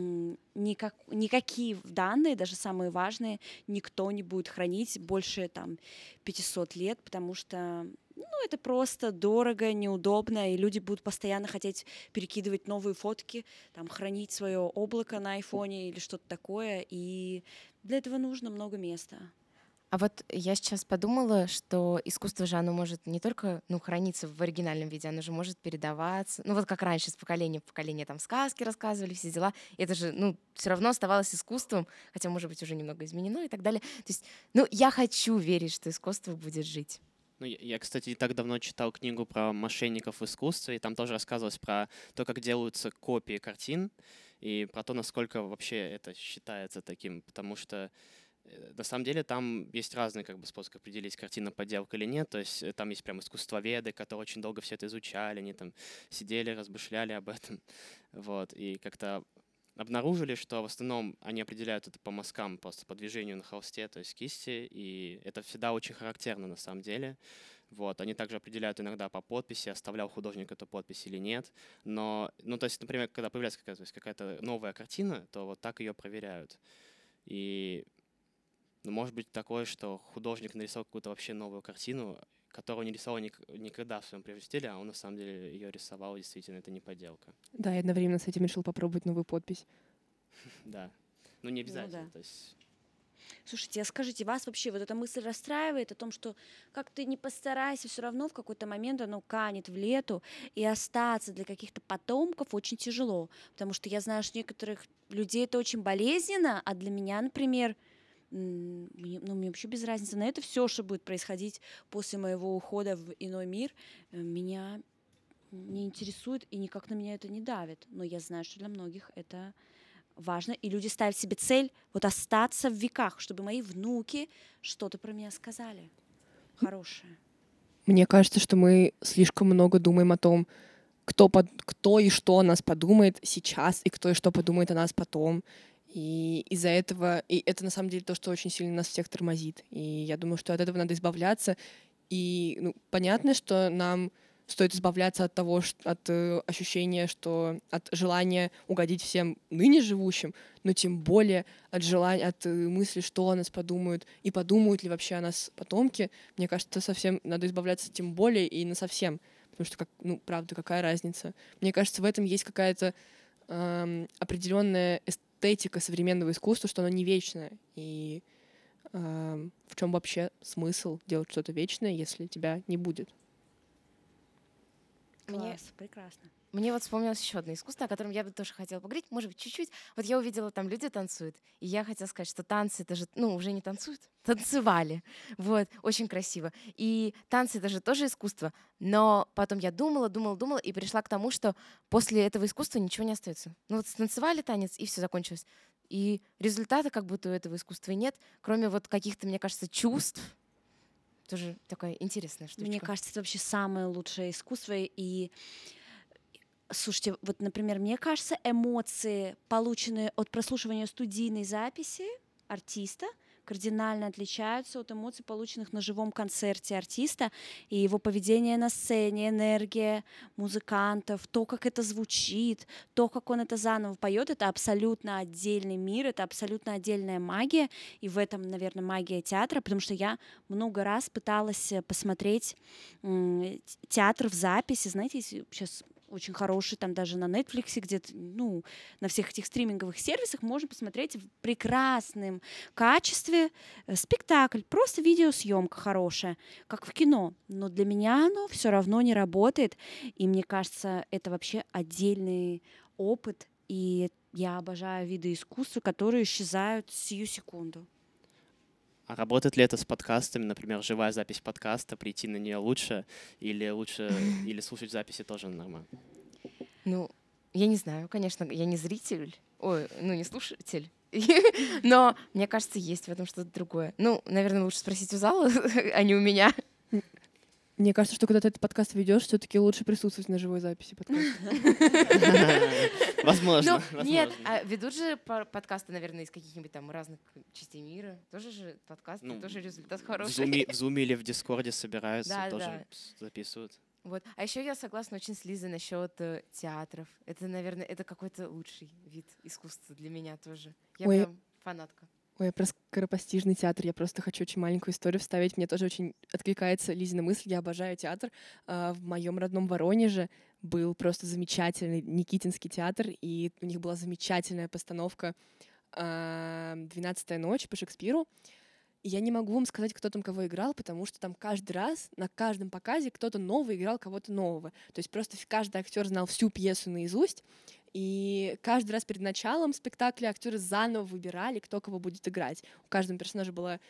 B: никакие данные, даже самые важные, никто не будет хранить больше там 500 лет, потому что ну, это просто дорого, неудобно, и люди будут постоянно хотеть перекидывать новые фотки, там, хранить свое облако на айфоне или что-то такое, и для этого нужно много места.
C: А вот я сейчас подумала, что искусство же, оно может не только, ну, храниться в оригинальном виде, оно же может передаваться. Ну, вот как раньше, с поколения в поколение, там, сказки рассказывали, все дела. И это же, ну, все равно оставалось искусством, хотя, может быть, уже немного изменено и так далее. То есть, ну, я хочу верить, что искусство будет жить.
D: Ну, я, кстати, не так давно читал книгу про мошенников в искусстве, и там тоже рассказывалось про то, как делаются копии картин, и про то, насколько вообще это считается таким, потому что На самом деле там есть разные как бы способы определить, картина подделка или нет. То есть там есть прям искусствоведы, которые очень долго все это изучали, они там сидели, размышляли об этом. Вот. И как-то обнаружили, что в основном они определяют это по мазкам, просто по движению на холсте, то есть кисти, и это всегда очень характерно на самом деле. Вот. Они также определяют иногда по подписи, оставлял художник эту подпись или нет. Но, ну, то есть, например, когда появляется какая-то новая картина, то вот так ее проверяют. И ну, может быть такое, что художник нарисовал какую-то вообще новую картину, которую не рисовал никогда в своем прежнем стиле, а он на самом деле ее рисовал, действительно, это не подделка.
A: Да, и одновременно с этим решил попробовать новую подпись.
D: Да. Ну, не обязательно.
B: да.
D: То есть...
B: Слушайте, а скажите, вас вообще вот эта мысль расстраивает о том, что как ты не постарайся, все равно в какой-то момент оно канет в лету, и остаться для каких-то потомков очень тяжело, потому что я знаю, что некоторых людей это очень болезненно, а для меня, например, мне вообще без разницы на это все, что будет происходить после моего ухода в иной мир, меня не интересует и никак на меня это не давит, но я знаю, что для многих это важно, и люди ставят себе цель вот остаться в веках, чтобы мои внуки что-то про меня сказали хорошее.
A: Мне кажется, что мы слишком много думаем о том, кто и что о нас подумает сейчас, и кто и что подумает о нас потом. И из-за этого, и это на самом деле то, что очень сильно нас всех тормозит. И я думаю, что от этого надо избавляться. И понятно, что нам стоит избавляться от того, от ощущения, что от желания угодить всем ныне живущим, но тем более от желания, от мысли, что о нас подумают, и подумают ли вообще о нас потомки. Мне кажется, совсем надо избавляться тем более и насовсем. Потому что, правда, какая разница? Мне кажется, в этом есть какая-то определенная эстетика современного искусства, что оно не вечное. И в чем вообще смысл делать что-то вечное, если тебя не будет?
B: Класс, прекрасно.
C: Мне вот вспомнилось еще одно искусство, о котором я бы тоже хотела поговорить, может быть, чуть-чуть. Вот я увидела, там люди танцуют, и я хотела сказать, что танцы, это же, уже не танцуют, танцевали. Вот, очень красиво. И танцы, это же тоже искусство. Но потом я думала, и пришла к тому, что после этого искусства ничего не остается. Вот станцевали танец, и все закончилось. И результата как будто у этого искусства нет, кроме вот каких-то, мне кажется, чувств. Тоже такая интересная штучка.
B: Мне кажется, это вообще самое лучшее искусство. И, слушайте, вот, например, мне кажется, эмоции, полученные от прослушивания студийной записи артиста, кардинально отличаются от эмоций, полученных на живом концерте артиста, и его поведение на сцене, энергия музыкантов, то, как это звучит, то, как он это заново поет, это абсолютно отдельный мир, это абсолютно отдельная магия, и в этом, наверное, магия театра, потому что я много раз пыталась посмотреть театр в записи, знаете, сейчас очень хороший, там даже на Netflix, где-то, на всех этих стриминговых сервисах можно посмотреть в прекрасном качестве спектакль, просто видеосъемка хорошая, как в кино. Но для меня оно все равно не работает, и мне кажется, это вообще отдельный опыт, и я обожаю виды искусства, которые исчезают сию секунду.
D: А работает ли это с подкастами, например, живая запись подкаста, прийти на нее лучше, или слушать записи тоже нормально?
C: Я не знаю, конечно, я не зритель, не слушатель, но мне кажется, есть в этом что-то другое. Наверное, лучше спросить у зала, а не у меня.
A: Мне кажется, что когда ты этот подкаст ведешь, все-таки лучше присутствовать на живой записи подкаста.
D: Возможно.
C: Нет, а ведут же подкасты, наверное, из каких-нибудь там разных частей мира. Тоже же подкасты, тоже результат хороший.
D: В Zoom или в Дискорде собираются, тоже записывают.
C: Вот. А еще я согласна очень с Лизой насчет театров. Это, наверное, это какой-то лучший вид искусства для меня тоже. Я прям фанатка.
A: Ой, про скоропостижный театр я просто хочу очень маленькую историю вставить. Мне тоже очень откликается Лизина мысль. Я обожаю театр. В моем родном Воронеже был просто замечательный Никитинский театр, и у них была замечательная постановка «12-я ночь» по Шекспиру. И я не могу вам сказать, кто там кого играл, потому что там каждый раз, на каждом показе кто-то новый играл кого-то нового. То есть просто каждый актер знал всю пьесу наизусть, и каждый раз перед началом спектакля актеры заново выбирали, кто кого будет играть. У каждого персонажа была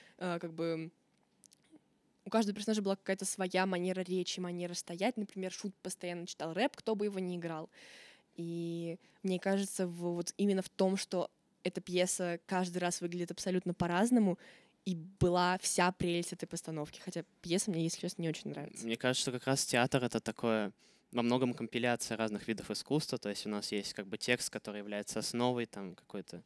A: какая-то своя манера речи, манера стоять. Например, Шут постоянно читал рэп, кто бы его ни играл. И мне кажется, вот именно в том, что эта пьеса каждый раз выглядит абсолютно по-разному, и была вся прелесть этой постановки. Хотя пьеса мне, если честно, не очень нравится.
D: Мне кажется, что как раз театр — это такое во многом компиляция разных видов искусства. То есть у нас есть как бы текст, который является основой, там какой-то,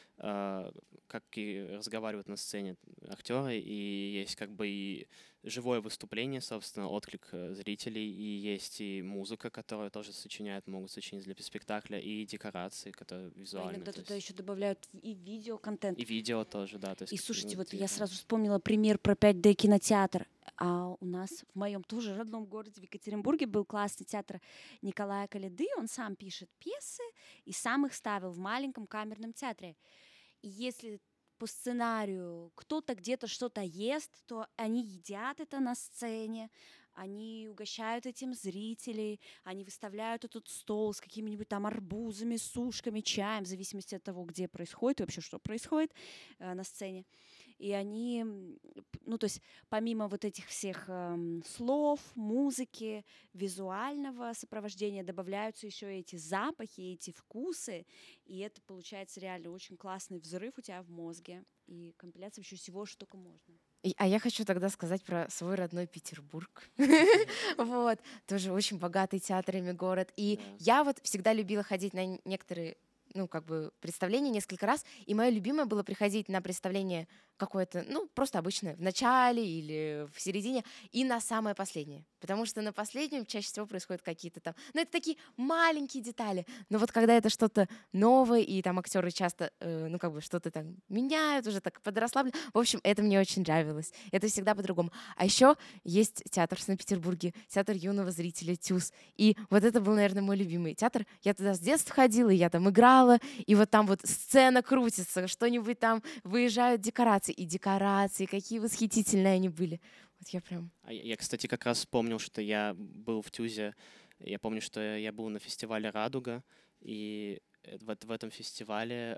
D: как и разговаривают на сцене актеры, и есть как бы и живое выступление, собственно, отклик зрителей, и есть и музыка, которую тоже сочиняют, могут сочинить для спектакля, и декорации, которые
B: А
D: визуальные.
B: иногда
D: то
B: туда
D: есть
B: еще добавляют и видеоконтент.
D: и видео тоже, да. То есть
B: И слушайте, вот я
D: где-то-
B: сразу вспомнила пример про 5D кинотеатр. А у нас в моем тоже родном городе в Екатеринбурге был классный театр Николая Коляды. Он сам пишет пьесы и сам их ставил в маленьком камерном театре. И если по сценарию кто-то где-то что-то ест, то они едят это на сцене, они угощают этим зрителей, они выставляют этот стол с какими-нибудь там арбузами, сушками, чаем, в зависимости от того, где происходит и вообще что происходит на сцене. И они, ну, то есть помимо вот этих всех слов, музыки, визуального сопровождения добавляются еще эти запахи, эти вкусы, и это получается реально очень классный взрыв у тебя в мозге и компиляция еще всего, что только можно.
C: А я хочу тогда сказать про свой родной Петербург. Вот, тоже очень богатый театрами город. И
D: Да.
C: я вот всегда любила ходить на некоторые, ну, как бы, представления несколько раз. И мое любимое было приходить на представление какое-то, ну, просто обычное, в начале или в середине, и на самое последнее. Потому что на последнем чаще всего происходят какие-то там... Ну, это такие маленькие детали. Но вот когда это что-то новое, и там актеры часто, ну, как бы, что-то там меняют, уже так подрасслаблены. В общем, это мне очень нравилось. Это всегда по-другому. А еще есть театр в Санкт-Петербурге, театр юного зрителя ТЮЗ. И вот это был, наверное, мой любимый театр. Я туда с детства ходила, и я там играла, и вот там вот сцена крутится, что-нибудь там, выезжают декорации. И декорации, какие восхитительные они были. Вот я прям...
D: Я, кстати, как раз вспомнил, что я был в ТЮЗе. Я помню, что я был на фестивале «Радуга», и в этом фестивале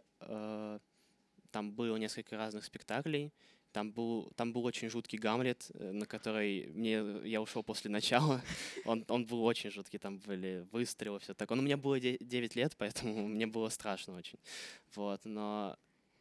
D: там было несколько разных спектаклей. Там был очень жуткий «Гамлет», на который я ушел после начала. Он был очень жуткий, там были выстрелы, все такое. Но мне было 9 лет, поэтому мне было страшно очень. Вот, но...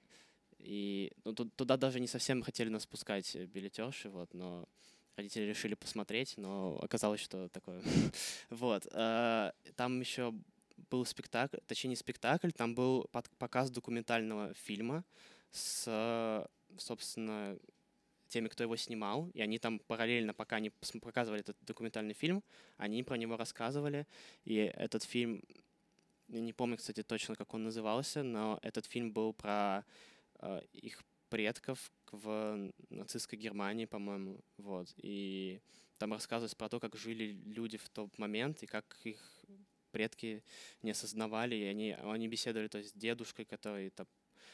D: И туда даже не совсем хотели нас пускать билетерши, вот, но родители решили посмотреть, но оказалось, что такое. Вот. Там еще был спектакль, точнее не спектакль, там был показ документального фильма с, собственно, теми, кто его снимал, и они там параллельно, пока они показывали этот документальный фильм, они про него рассказывали, и этот фильм, я не помню, кстати, точно, как он назывался, но этот фильм был про их предков в нацистской Германии, по-моему, вот, и там рассказывается про то, как жили люди в тот момент, и как их предки не осознавали, и они беседовали, то есть, с дедушкой, который там,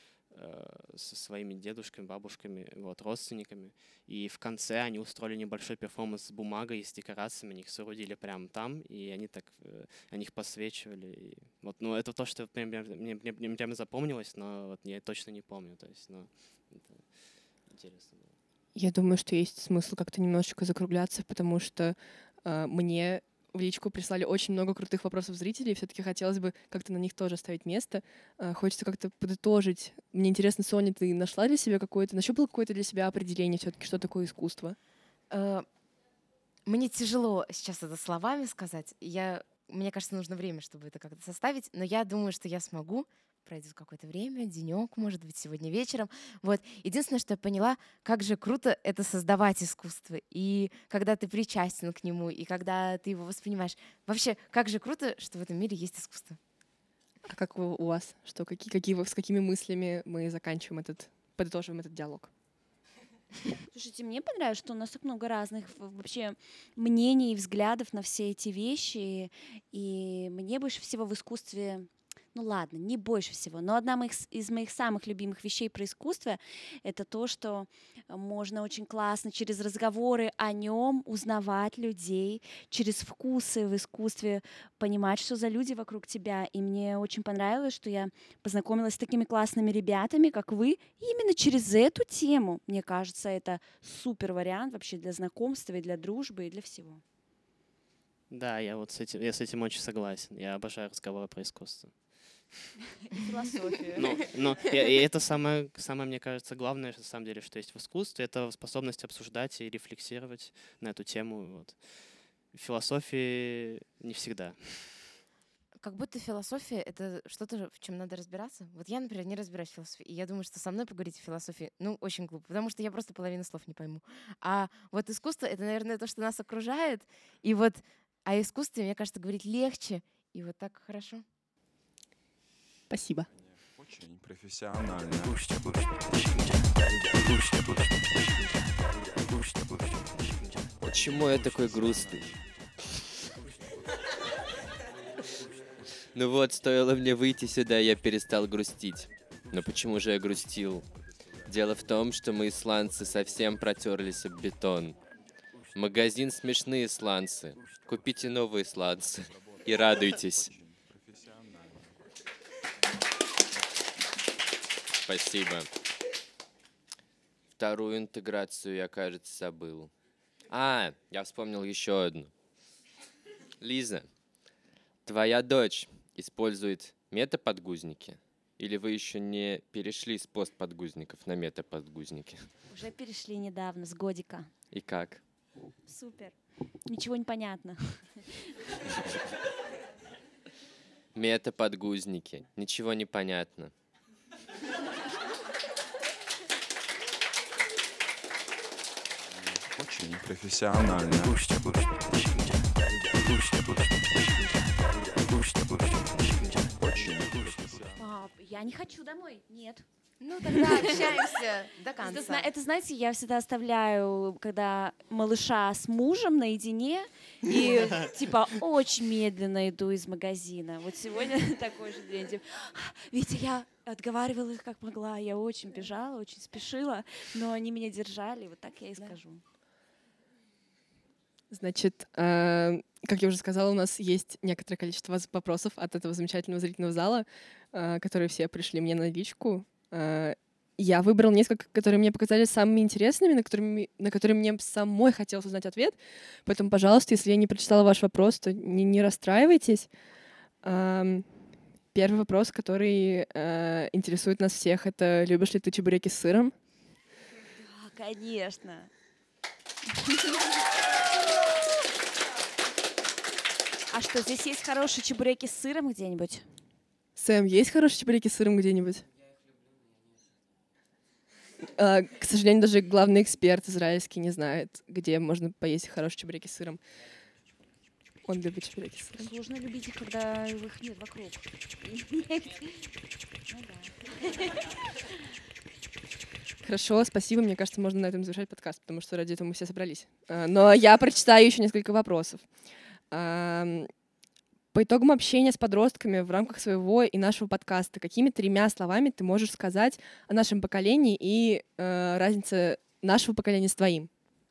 D: со своими дедушками, бабушками, вот, родственниками, и в конце они устроили небольшой перформанс с бумагой и с декорациями, они их соорудили прямо там, и они так, они их подсвечивали, и вот, ну, это то, что мне прямо запомнилось, но вот я точно не помню, то есть, ну, это интересно было.
A: Я думаю, что есть смысл как-то немножечко закругляться, потому что мне в личку прислали очень много крутых вопросов зрителей, и все-таки хотелось бы как-то на них тоже ставить место. Хочется как-то подытожить. Мне интересно, Соня, ты нашла для себя нащупала какое-то для себя определение все-таки, что такое искусство?
C: Мне тяжело сейчас это словами сказать. Мне кажется, нужно время, чтобы это как-то составить, но я думаю, что я смогу. Пройдет какое-то время, денек, может быть, сегодня вечером. Вот. Единственное, что я поняла, как же круто это создавать искусство. И когда ты причастен к нему, и когда ты его воспринимаешь. Вообще, как же круто, что в этом мире есть искусство.
A: А как у вас? С какими мыслями мы подытоживаем этот диалог?
B: Слушайте, мне понравилось, что у нас так много разных вообще мнений и взглядов на все эти вещи. И мне больше всего в искусстве... Ну ладно, не больше всего, но одна из моих самых любимых вещей про искусство — это то, что можно очень классно через разговоры о нем узнавать людей, через вкусы в искусстве понимать, что за люди вокруг тебя. И мне очень понравилось, что я познакомилась с такими классными ребятами, как вы, именно через эту тему. Мне кажется, это супер вариант вообще для знакомства и для дружбы и для всего.
D: Да, я с этим очень согласен. Я обожаю разговоры про искусство.
B: философию.
D: И это самое, мне кажется, главное, на самом деле, что есть в искусстве, это способность обсуждать и рефлексировать на эту тему. Вот. В философии не всегда.
C: Как будто философия — это что-то, в чем надо разбираться. Вот я, например, не разбираюсь в философии, и я думаю, что со мной поговорить о философии, очень глупо, потому что я просто половину слов не пойму. А вот искусство — это, наверное, то, что нас окружает, и вот о искусстве, мне кажется, говорить легче, и вот так хорошо.
A: Спасибо.
F: Очень профессионально.
E: Почему я такой грустный? Ну вот, стоило мне выйти сюда, я перестал грустить. Но почему же я грустил? Дело в том, что мы, исландцы, совсем протерлись об бетон. Магазин «Смешные сланцы». Купите новые сланцы и радуйтесь. Спасибо. Вторую интеграцию я, кажется, забыл. Я вспомнил еще одну. Лиза, твоя дочь использует метаподгузники? Или вы еще не перешли с постподгузников на метаподгузники?
B: Уже перешли недавно, с годика.
E: И как?
B: Супер. Ничего не понятно.
E: Метаподгузники. Ничего не понятно.
F: Очень профессионально.
B: Пап, я не хочу домой. Нет.
C: Ну, тогда общаемся до конца.
B: Это, знаете, я всегда оставляю, когда малыша с мужем наедине, и типа очень медленно иду из магазина. Вот сегодня такой же день. Типа, Витя, я отговаривала их как могла, я очень бежала, очень спешила, но они меня держали, вот так я и скажу.
A: Значит, как я уже сказала, у нас есть некоторое количество вопросов от этого замечательного зрительного зала, которые все пришли мне на личку. Я выбрал несколько, которые мне показались самыми интересными, на которые мне самой хотелось узнать ответ. Поэтому, пожалуйста, если я не прочитала ваш вопрос, то не расстраивайтесь. Первый вопрос, который интересует нас всех, это любишь ли ты чебуреки с сыром?
B: Да, конечно. А что, здесь есть хорошие чебуреки с сыром где-нибудь?
A: Сэм, есть хорошие чебуреки с сыром где-нибудь? К сожалению, даже главный эксперт израильский не знает, где можно поесть хорошие чебуреки с сыром. Он любит чебуреки с сыром.
B: Сложно любить их, когда их нет вокруг.
A: Хорошо, спасибо. Мне кажется, можно на этом завершать подкаст, потому что ради этого мы все собрались. Но я прочитаю еще несколько вопросов. По итогам общения с подростками в рамках своего и нашего подкаста, какими 3 словами ты можешь сказать о нашем поколении и разнице нашего поколения с твоим?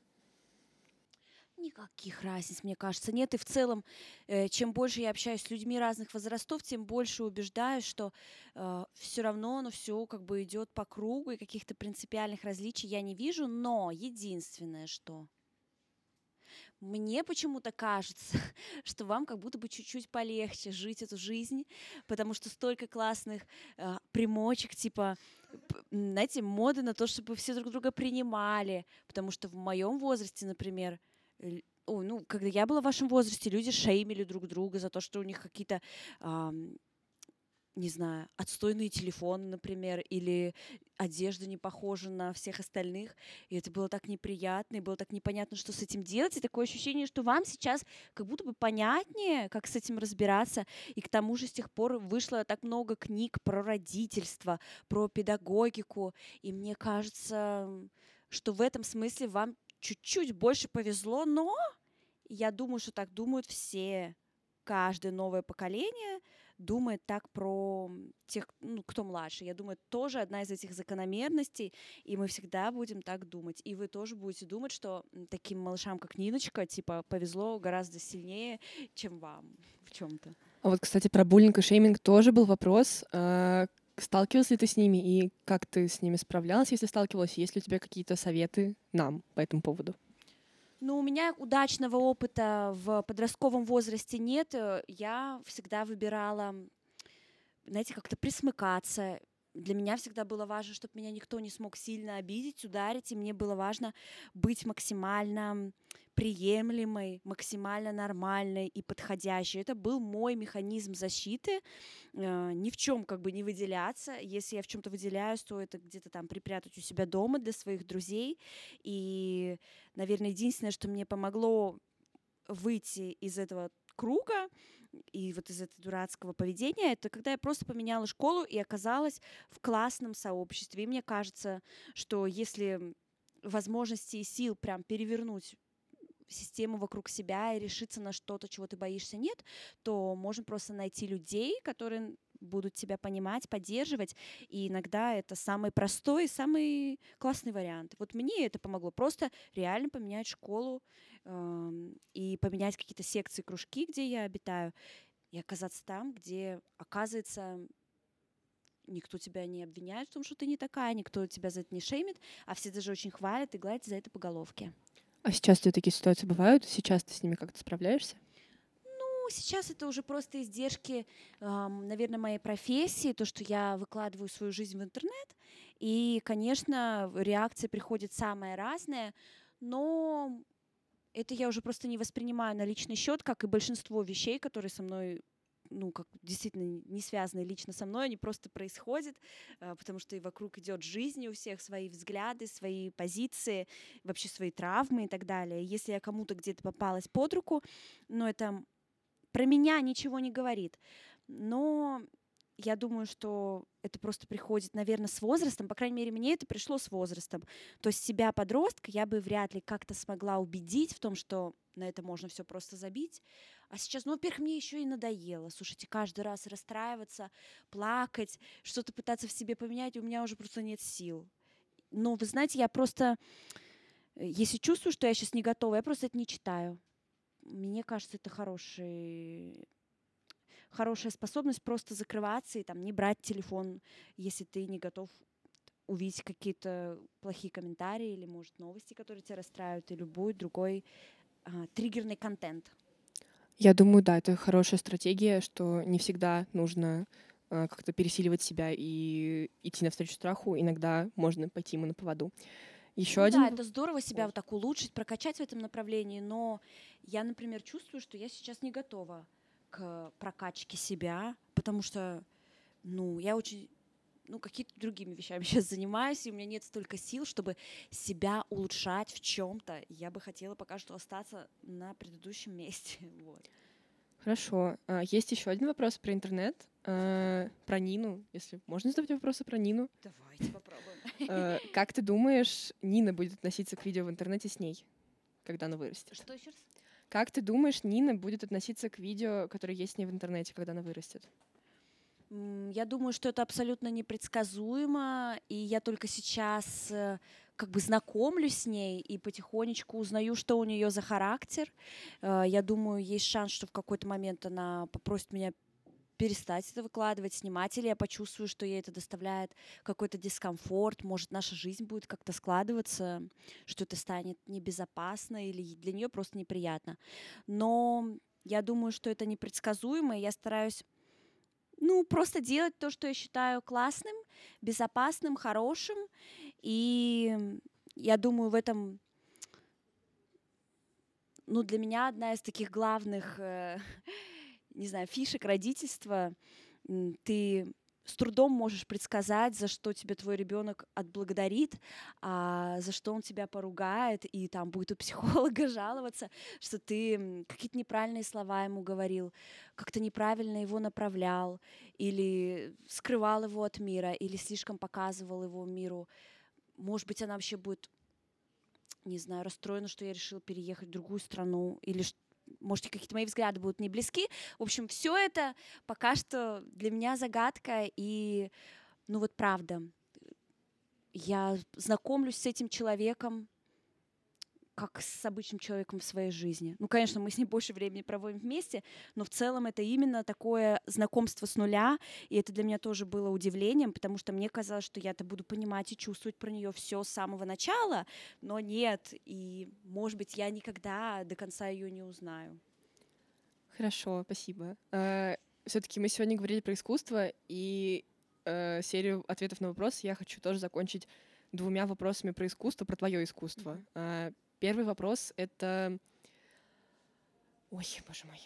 B: Никаких разниц, мне кажется, нет. И в целом, чем больше я общаюсь с людьми разных возрастов, тем больше убеждаюсь, что все равно оно все как бы идет по кругу, и каких-то принципиальных различий я не вижу. Но единственное, что мне почему-то кажется, что вам как будто бы чуть-чуть полегче жить эту жизнь, потому что столько классных примочек, типа, знаете, моды на то, чтобы все друг друга принимали, потому что в моем возрасте, например, когда я была в вашем возрасте, люди шеймили друг друга за то, что у них какие-то, не знаю, отстойные телефоны, например, или одежда не похожа на всех остальных. И это было так неприятно, и было так непонятно, что с этим делать. И такое ощущение, что вам сейчас как будто бы понятнее, как с этим разбираться. И к тому же с тех пор вышло так много книг про родительство, про педагогику. И мне кажется, что в этом смысле вам чуть-чуть больше повезло, но я думаю, что так думают все. Каждое новое поколение думает так про тех, кто младше. Я думаю, это тоже одна из этих закономерностей, и мы всегда будем так думать. И вы тоже будете думать, что таким малышам, как Ниночка, типа, повезло гораздо сильнее, чем вам в чем-то.
A: А вот, кстати, про буллинг и шейминг тоже был вопрос. Сталкивалась ли ты с ними, и как ты с ними справлялась, если сталкивалась? Есть ли у тебя какие-то советы нам по этому поводу?
B: У меня удачного опыта в подростковом возрасте нет. Я всегда выбирала знаете, как-то присмыкаться. Для меня всегда было важно, чтобы меня никто не смог сильно обидеть, ударить, и мне было важно быть максимально приемлемой, максимально нормальной и подходящей. Это был мой механизм защиты, ни в чем как бы не выделяться. Если я в чем-то выделяюсь, то это где-то там припрятать у себя дома для своих друзей. И, наверное, единственное, что мне помогло выйти из этого круга и вот из этого дурацкого поведения, это когда я просто поменяла школу и оказалась в классном сообществе. И мне кажется, что если возможности и сил прям перевернуть систему вокруг себя и решиться на что-то, чего ты боишься, нет, то можно просто найти людей, которые будут тебя понимать, поддерживать, и иногда это самый простой и самый классный вариант. Вот мне это помогло просто реально поменять школу и поменять какие-то секции, кружки, где я обитаю, и оказаться там, где, оказывается, никто тебя не обвиняет в том, что ты не такая, никто тебя за это не шеймит, а все даже очень хвалят и гладят за это по головке.
A: А сейчас у тебя такие ситуации бывают? Сейчас ты с ними как-то справляешься?
B: Ну, сейчас это уже просто издержки, наверное, моей профессии, то, что я выкладываю свою жизнь в интернет. И, конечно, реакции приходят самые разные, но это я уже просто не воспринимаю на личный счет, как и большинство вещей, которые со мной, ну, как действительно не связаны лично со мной, они просто происходят, потому что и вокруг идет жизнь, и у всех свои взгляды, свои позиции, вообще свои травмы и так далее. Если я кому-то где-то попалась под руку, ну, это про меня ничего не говорит. Но я думаю, что это просто приходит, наверное, с возрастом. По крайней мере, мне это пришло с возрастом. То есть себя, подростка, я бы вряд ли как-то смогла убедить в том, что на это можно все просто забить. А сейчас, ну, во-первых, мне еще и надоело. Слушайте, каждый раз расстраиваться, плакать, что-то пытаться в себе поменять, у меня уже просто нет сил. Но, вы знаете, я просто, если чувствую, что я сейчас не готова, я просто это не читаю. Мне кажется, это хорошая способность просто закрываться и там не брать телефон, если ты не готов увидеть какие-то плохие комментарии или, может, новости, которые тебя расстраивают, и любой другой триггерный контент.
A: Я думаю, да, это хорошая стратегия, что не всегда нужно как-то пересиливать себя и идти навстречу страху. Иногда можно пойти ему на поводу. Еще
B: Ну
A: один...
B: да, это здорово себя вот так улучшить, прокачать в этом направлении, но я, например, чувствую, что я сейчас не готова к прокачке себя, потому что, ну, я очень, ну, какими-то другими вещами сейчас занимаюсь, и у меня нет столько сил, чтобы себя улучшать в чем-то. Я бы хотела пока что остаться на предыдущем месте. Вот.
A: Хорошо. Есть еще один вопрос про интернет, про Нину, если можно задать вопросы про Нину.
B: Давайте попробуем.
A: Как ты думаешь, Нина будет относиться к видео в интернете с ней, когда она вырастет?
B: Что еще раз?
A: Как ты думаешь, Нина будет относиться к видео, которые есть с ней в интернете, когда она вырастет?
B: Я думаю, что это абсолютно непредсказуемо, и я только сейчас как бы знакомлюсь с ней и потихонечку узнаю, что у нее за характер. Я думаю, есть шанс, что в какой-то момент она попросит меня перестать это выкладывать, снимать, или я почувствую, что ей это доставляет какой-то дискомфорт, может, наша жизнь будет как-то складываться, что это станет небезопасно или для нее просто неприятно. Но я думаю, что это непредсказуемо, и я стараюсь, ну, просто делать то, что я считаю классным, безопасным, хорошим, и я думаю, в этом, ну, для меня одна из таких главных не знаю, фишек родительства, ты с трудом можешь предсказать, за что тебе твой ребенок отблагодарит, а за что он тебя поругает, и там будет у психолога жаловаться, что ты какие-то неправильные слова ему говорил, как-то неправильно его направлял, или скрывал его от мира, или слишком показывал его миру. Может быть, она вообще будет, не знаю, расстроена, что я решила переехать в другую страну, или может, какие-то мои взгляды будут не близки. В общем, все это пока что для меня загадка. И, ну вот правда, я знакомлюсь с этим человеком как с обычным человеком в своей жизни. Ну, конечно, мы с ним больше времени проводим вместе, но в целом это именно такое знакомство с нуля, и это для меня тоже было удивлением, потому что мне казалось, что я-то буду понимать и чувствовать про нее все с самого начала, но нет, и, может быть, я никогда до конца ее не узнаю.
A: Хорошо, спасибо. все-таки мы сегодня говорили про искусство, и серию ответов на вопрос я хочу тоже закончить 2 вопросами про искусство, про твое искусство. Первый вопрос — это... Ой, боже мой.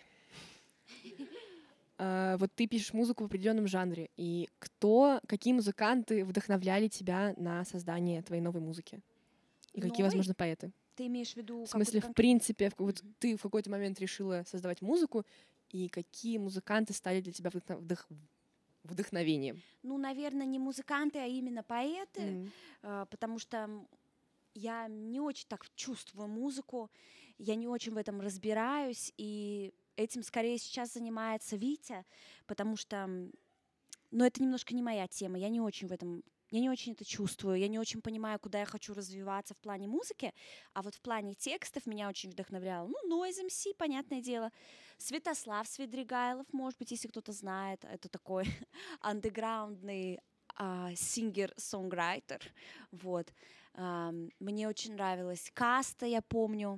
A: Вот ты пишешь музыку в определенном жанре, и какие музыканты вдохновляли тебя на создание твоей новой музыки? И какие,
B: Новой?
A: возможно, поэты?
B: Ты имеешь в виду...
A: В смысле, в принципе, вот ты в какой-то момент решила создавать музыку, и какие музыканты стали для тебя вдохновением?
B: Ну, наверное, не музыканты, а именно поэты, потому что я не очень так чувствую музыку, я не очень в этом разбираюсь, и этим скорее сейчас занимается Витя, потому что, ну, это немножко не моя тема, я не очень это чувствую, я не очень понимаю, куда я хочу развиваться в плане музыки, а вот в плане текстов меня очень вдохновлял, ну, Noise MC, понятное дело, Святослав Свидригайлов, может быть, если кто-то знает, это такой андеграундный сингер-сонграйтер, вот. Мне очень нравилась Каста, я помню,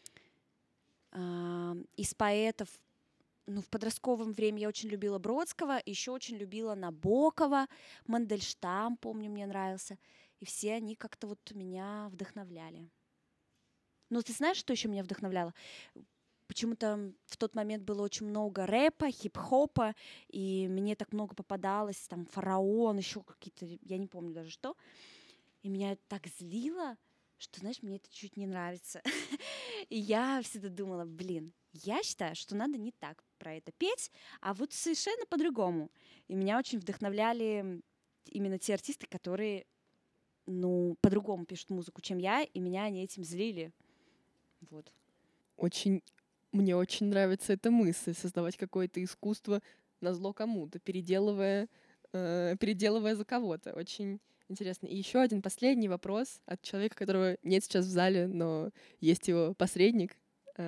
B: из поэтов. Ну, в подростковом времени я очень любила Бродского, еще очень любила Набокова, Мандельштам, помню, мне нравился. И все они как-то вот меня вдохновляли. Ну, ты знаешь, что еще меня вдохновляло? Почему-то в тот момент было очень много рэпа, хип-хопа, и мне так много попадалось, там, Фараон, еще какие-то, я не помню даже что. И меня это так злило, что, знаешь, мне это чуть не нравится. И я всегда думала, я считаю, что надо не так про это петь, а вот совершенно по-другому. И меня очень вдохновляли именно те артисты, которые, ну, по-другому пишут музыку, чем я, и меня они этим злили. Вот.
A: Мне очень нравится эта мысль, создавать какое-то искусство назло кому-то, переделывая за кого-то. Очень интересно. И еще один последний вопрос от человека, которого нет сейчас в зале, но есть его посредник.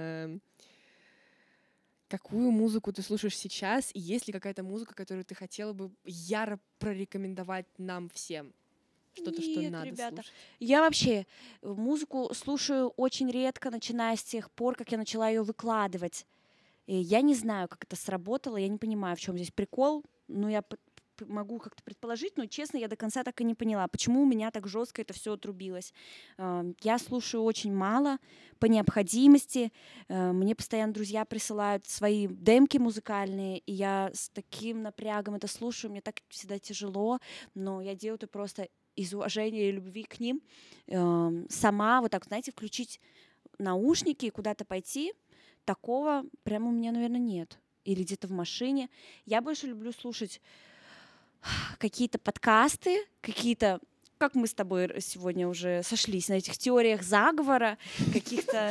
A: Какую музыку ты слушаешь сейчас, и есть ли какая-то музыка, которую ты хотела бы яро прорекомендовать нам всем? Что-то, что
B: Нет,
A: надо
B: ребята,
A: слушать.
B: я вообще музыку слушаю очень редко, начиная с тех пор, как я начала ее выкладывать. И я не знаю, как это сработало, я не понимаю, в чем здесь прикол. Ну, я могу как-то предположить, но, честно, я до конца так и не поняла, почему у меня так жестко это все отрубилось. Я слушаю очень мало по необходимости. Мне постоянно друзья присылают свои демки музыкальные, и я с таким напрягом это слушаю. Мне так всегда тяжело, но я делаю это просто из уважения и любви к ним. Сама вот так, знаете, включить наушники и куда-то пойти, такого прямо у меня, наверное, нет. Или где-то в машине. Я больше люблю слушать какие-то подкасты, какие-то, как мы с тобой сегодня уже сошлись на этих теориях заговора, каких-то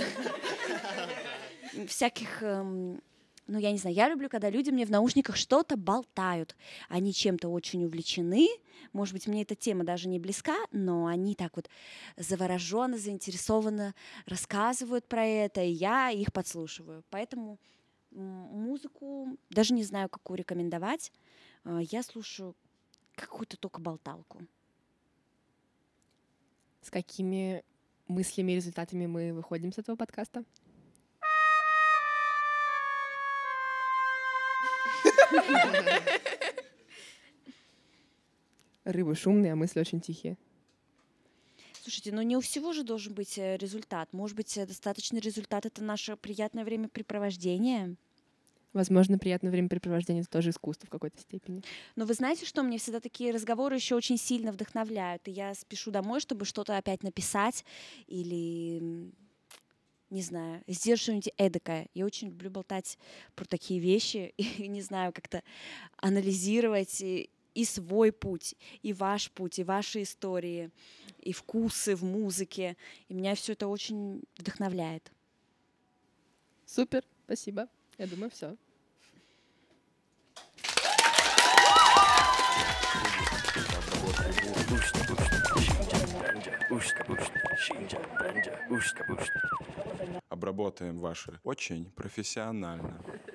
B: всяких, ну, я не знаю, я люблю, когда люди мне в наушниках что-то болтают. Они чем-то очень увлечены, может быть, мне эта тема даже не близка, но они так вот завороженно, заинтересованно рассказывают про это, и я их подслушиваю. Поэтому музыку даже не знаю, какую рекомендовать. Я слушаю какую-то только болталку.
A: С какими мыслями и результатами мы выходим с этого подкаста? Рыбы шумные, а мысли очень тихие.
B: Слушайте, ну не у всего же должен быть результат. Может быть, достаточный результат — это наше приятное времяпрепровождение.
A: Возможно, приятное времяпрепровождение — это тоже искусство в какой-то степени.
B: Но вы знаете, что мне всегда такие разговоры еще очень сильно вдохновляют. И я спешу домой, чтобы что-то опять написать или, не знаю, сделать что-нибудь эдакое. Я очень люблю болтать про такие вещи и, не знаю, как-то анализировать и свой путь, и ваш путь, и ваши истории, и вкусы в музыке. И меня все это очень вдохновляет.
A: Супер, спасибо. Я думаю, все.
F: Обработаем ваши очень профессионально.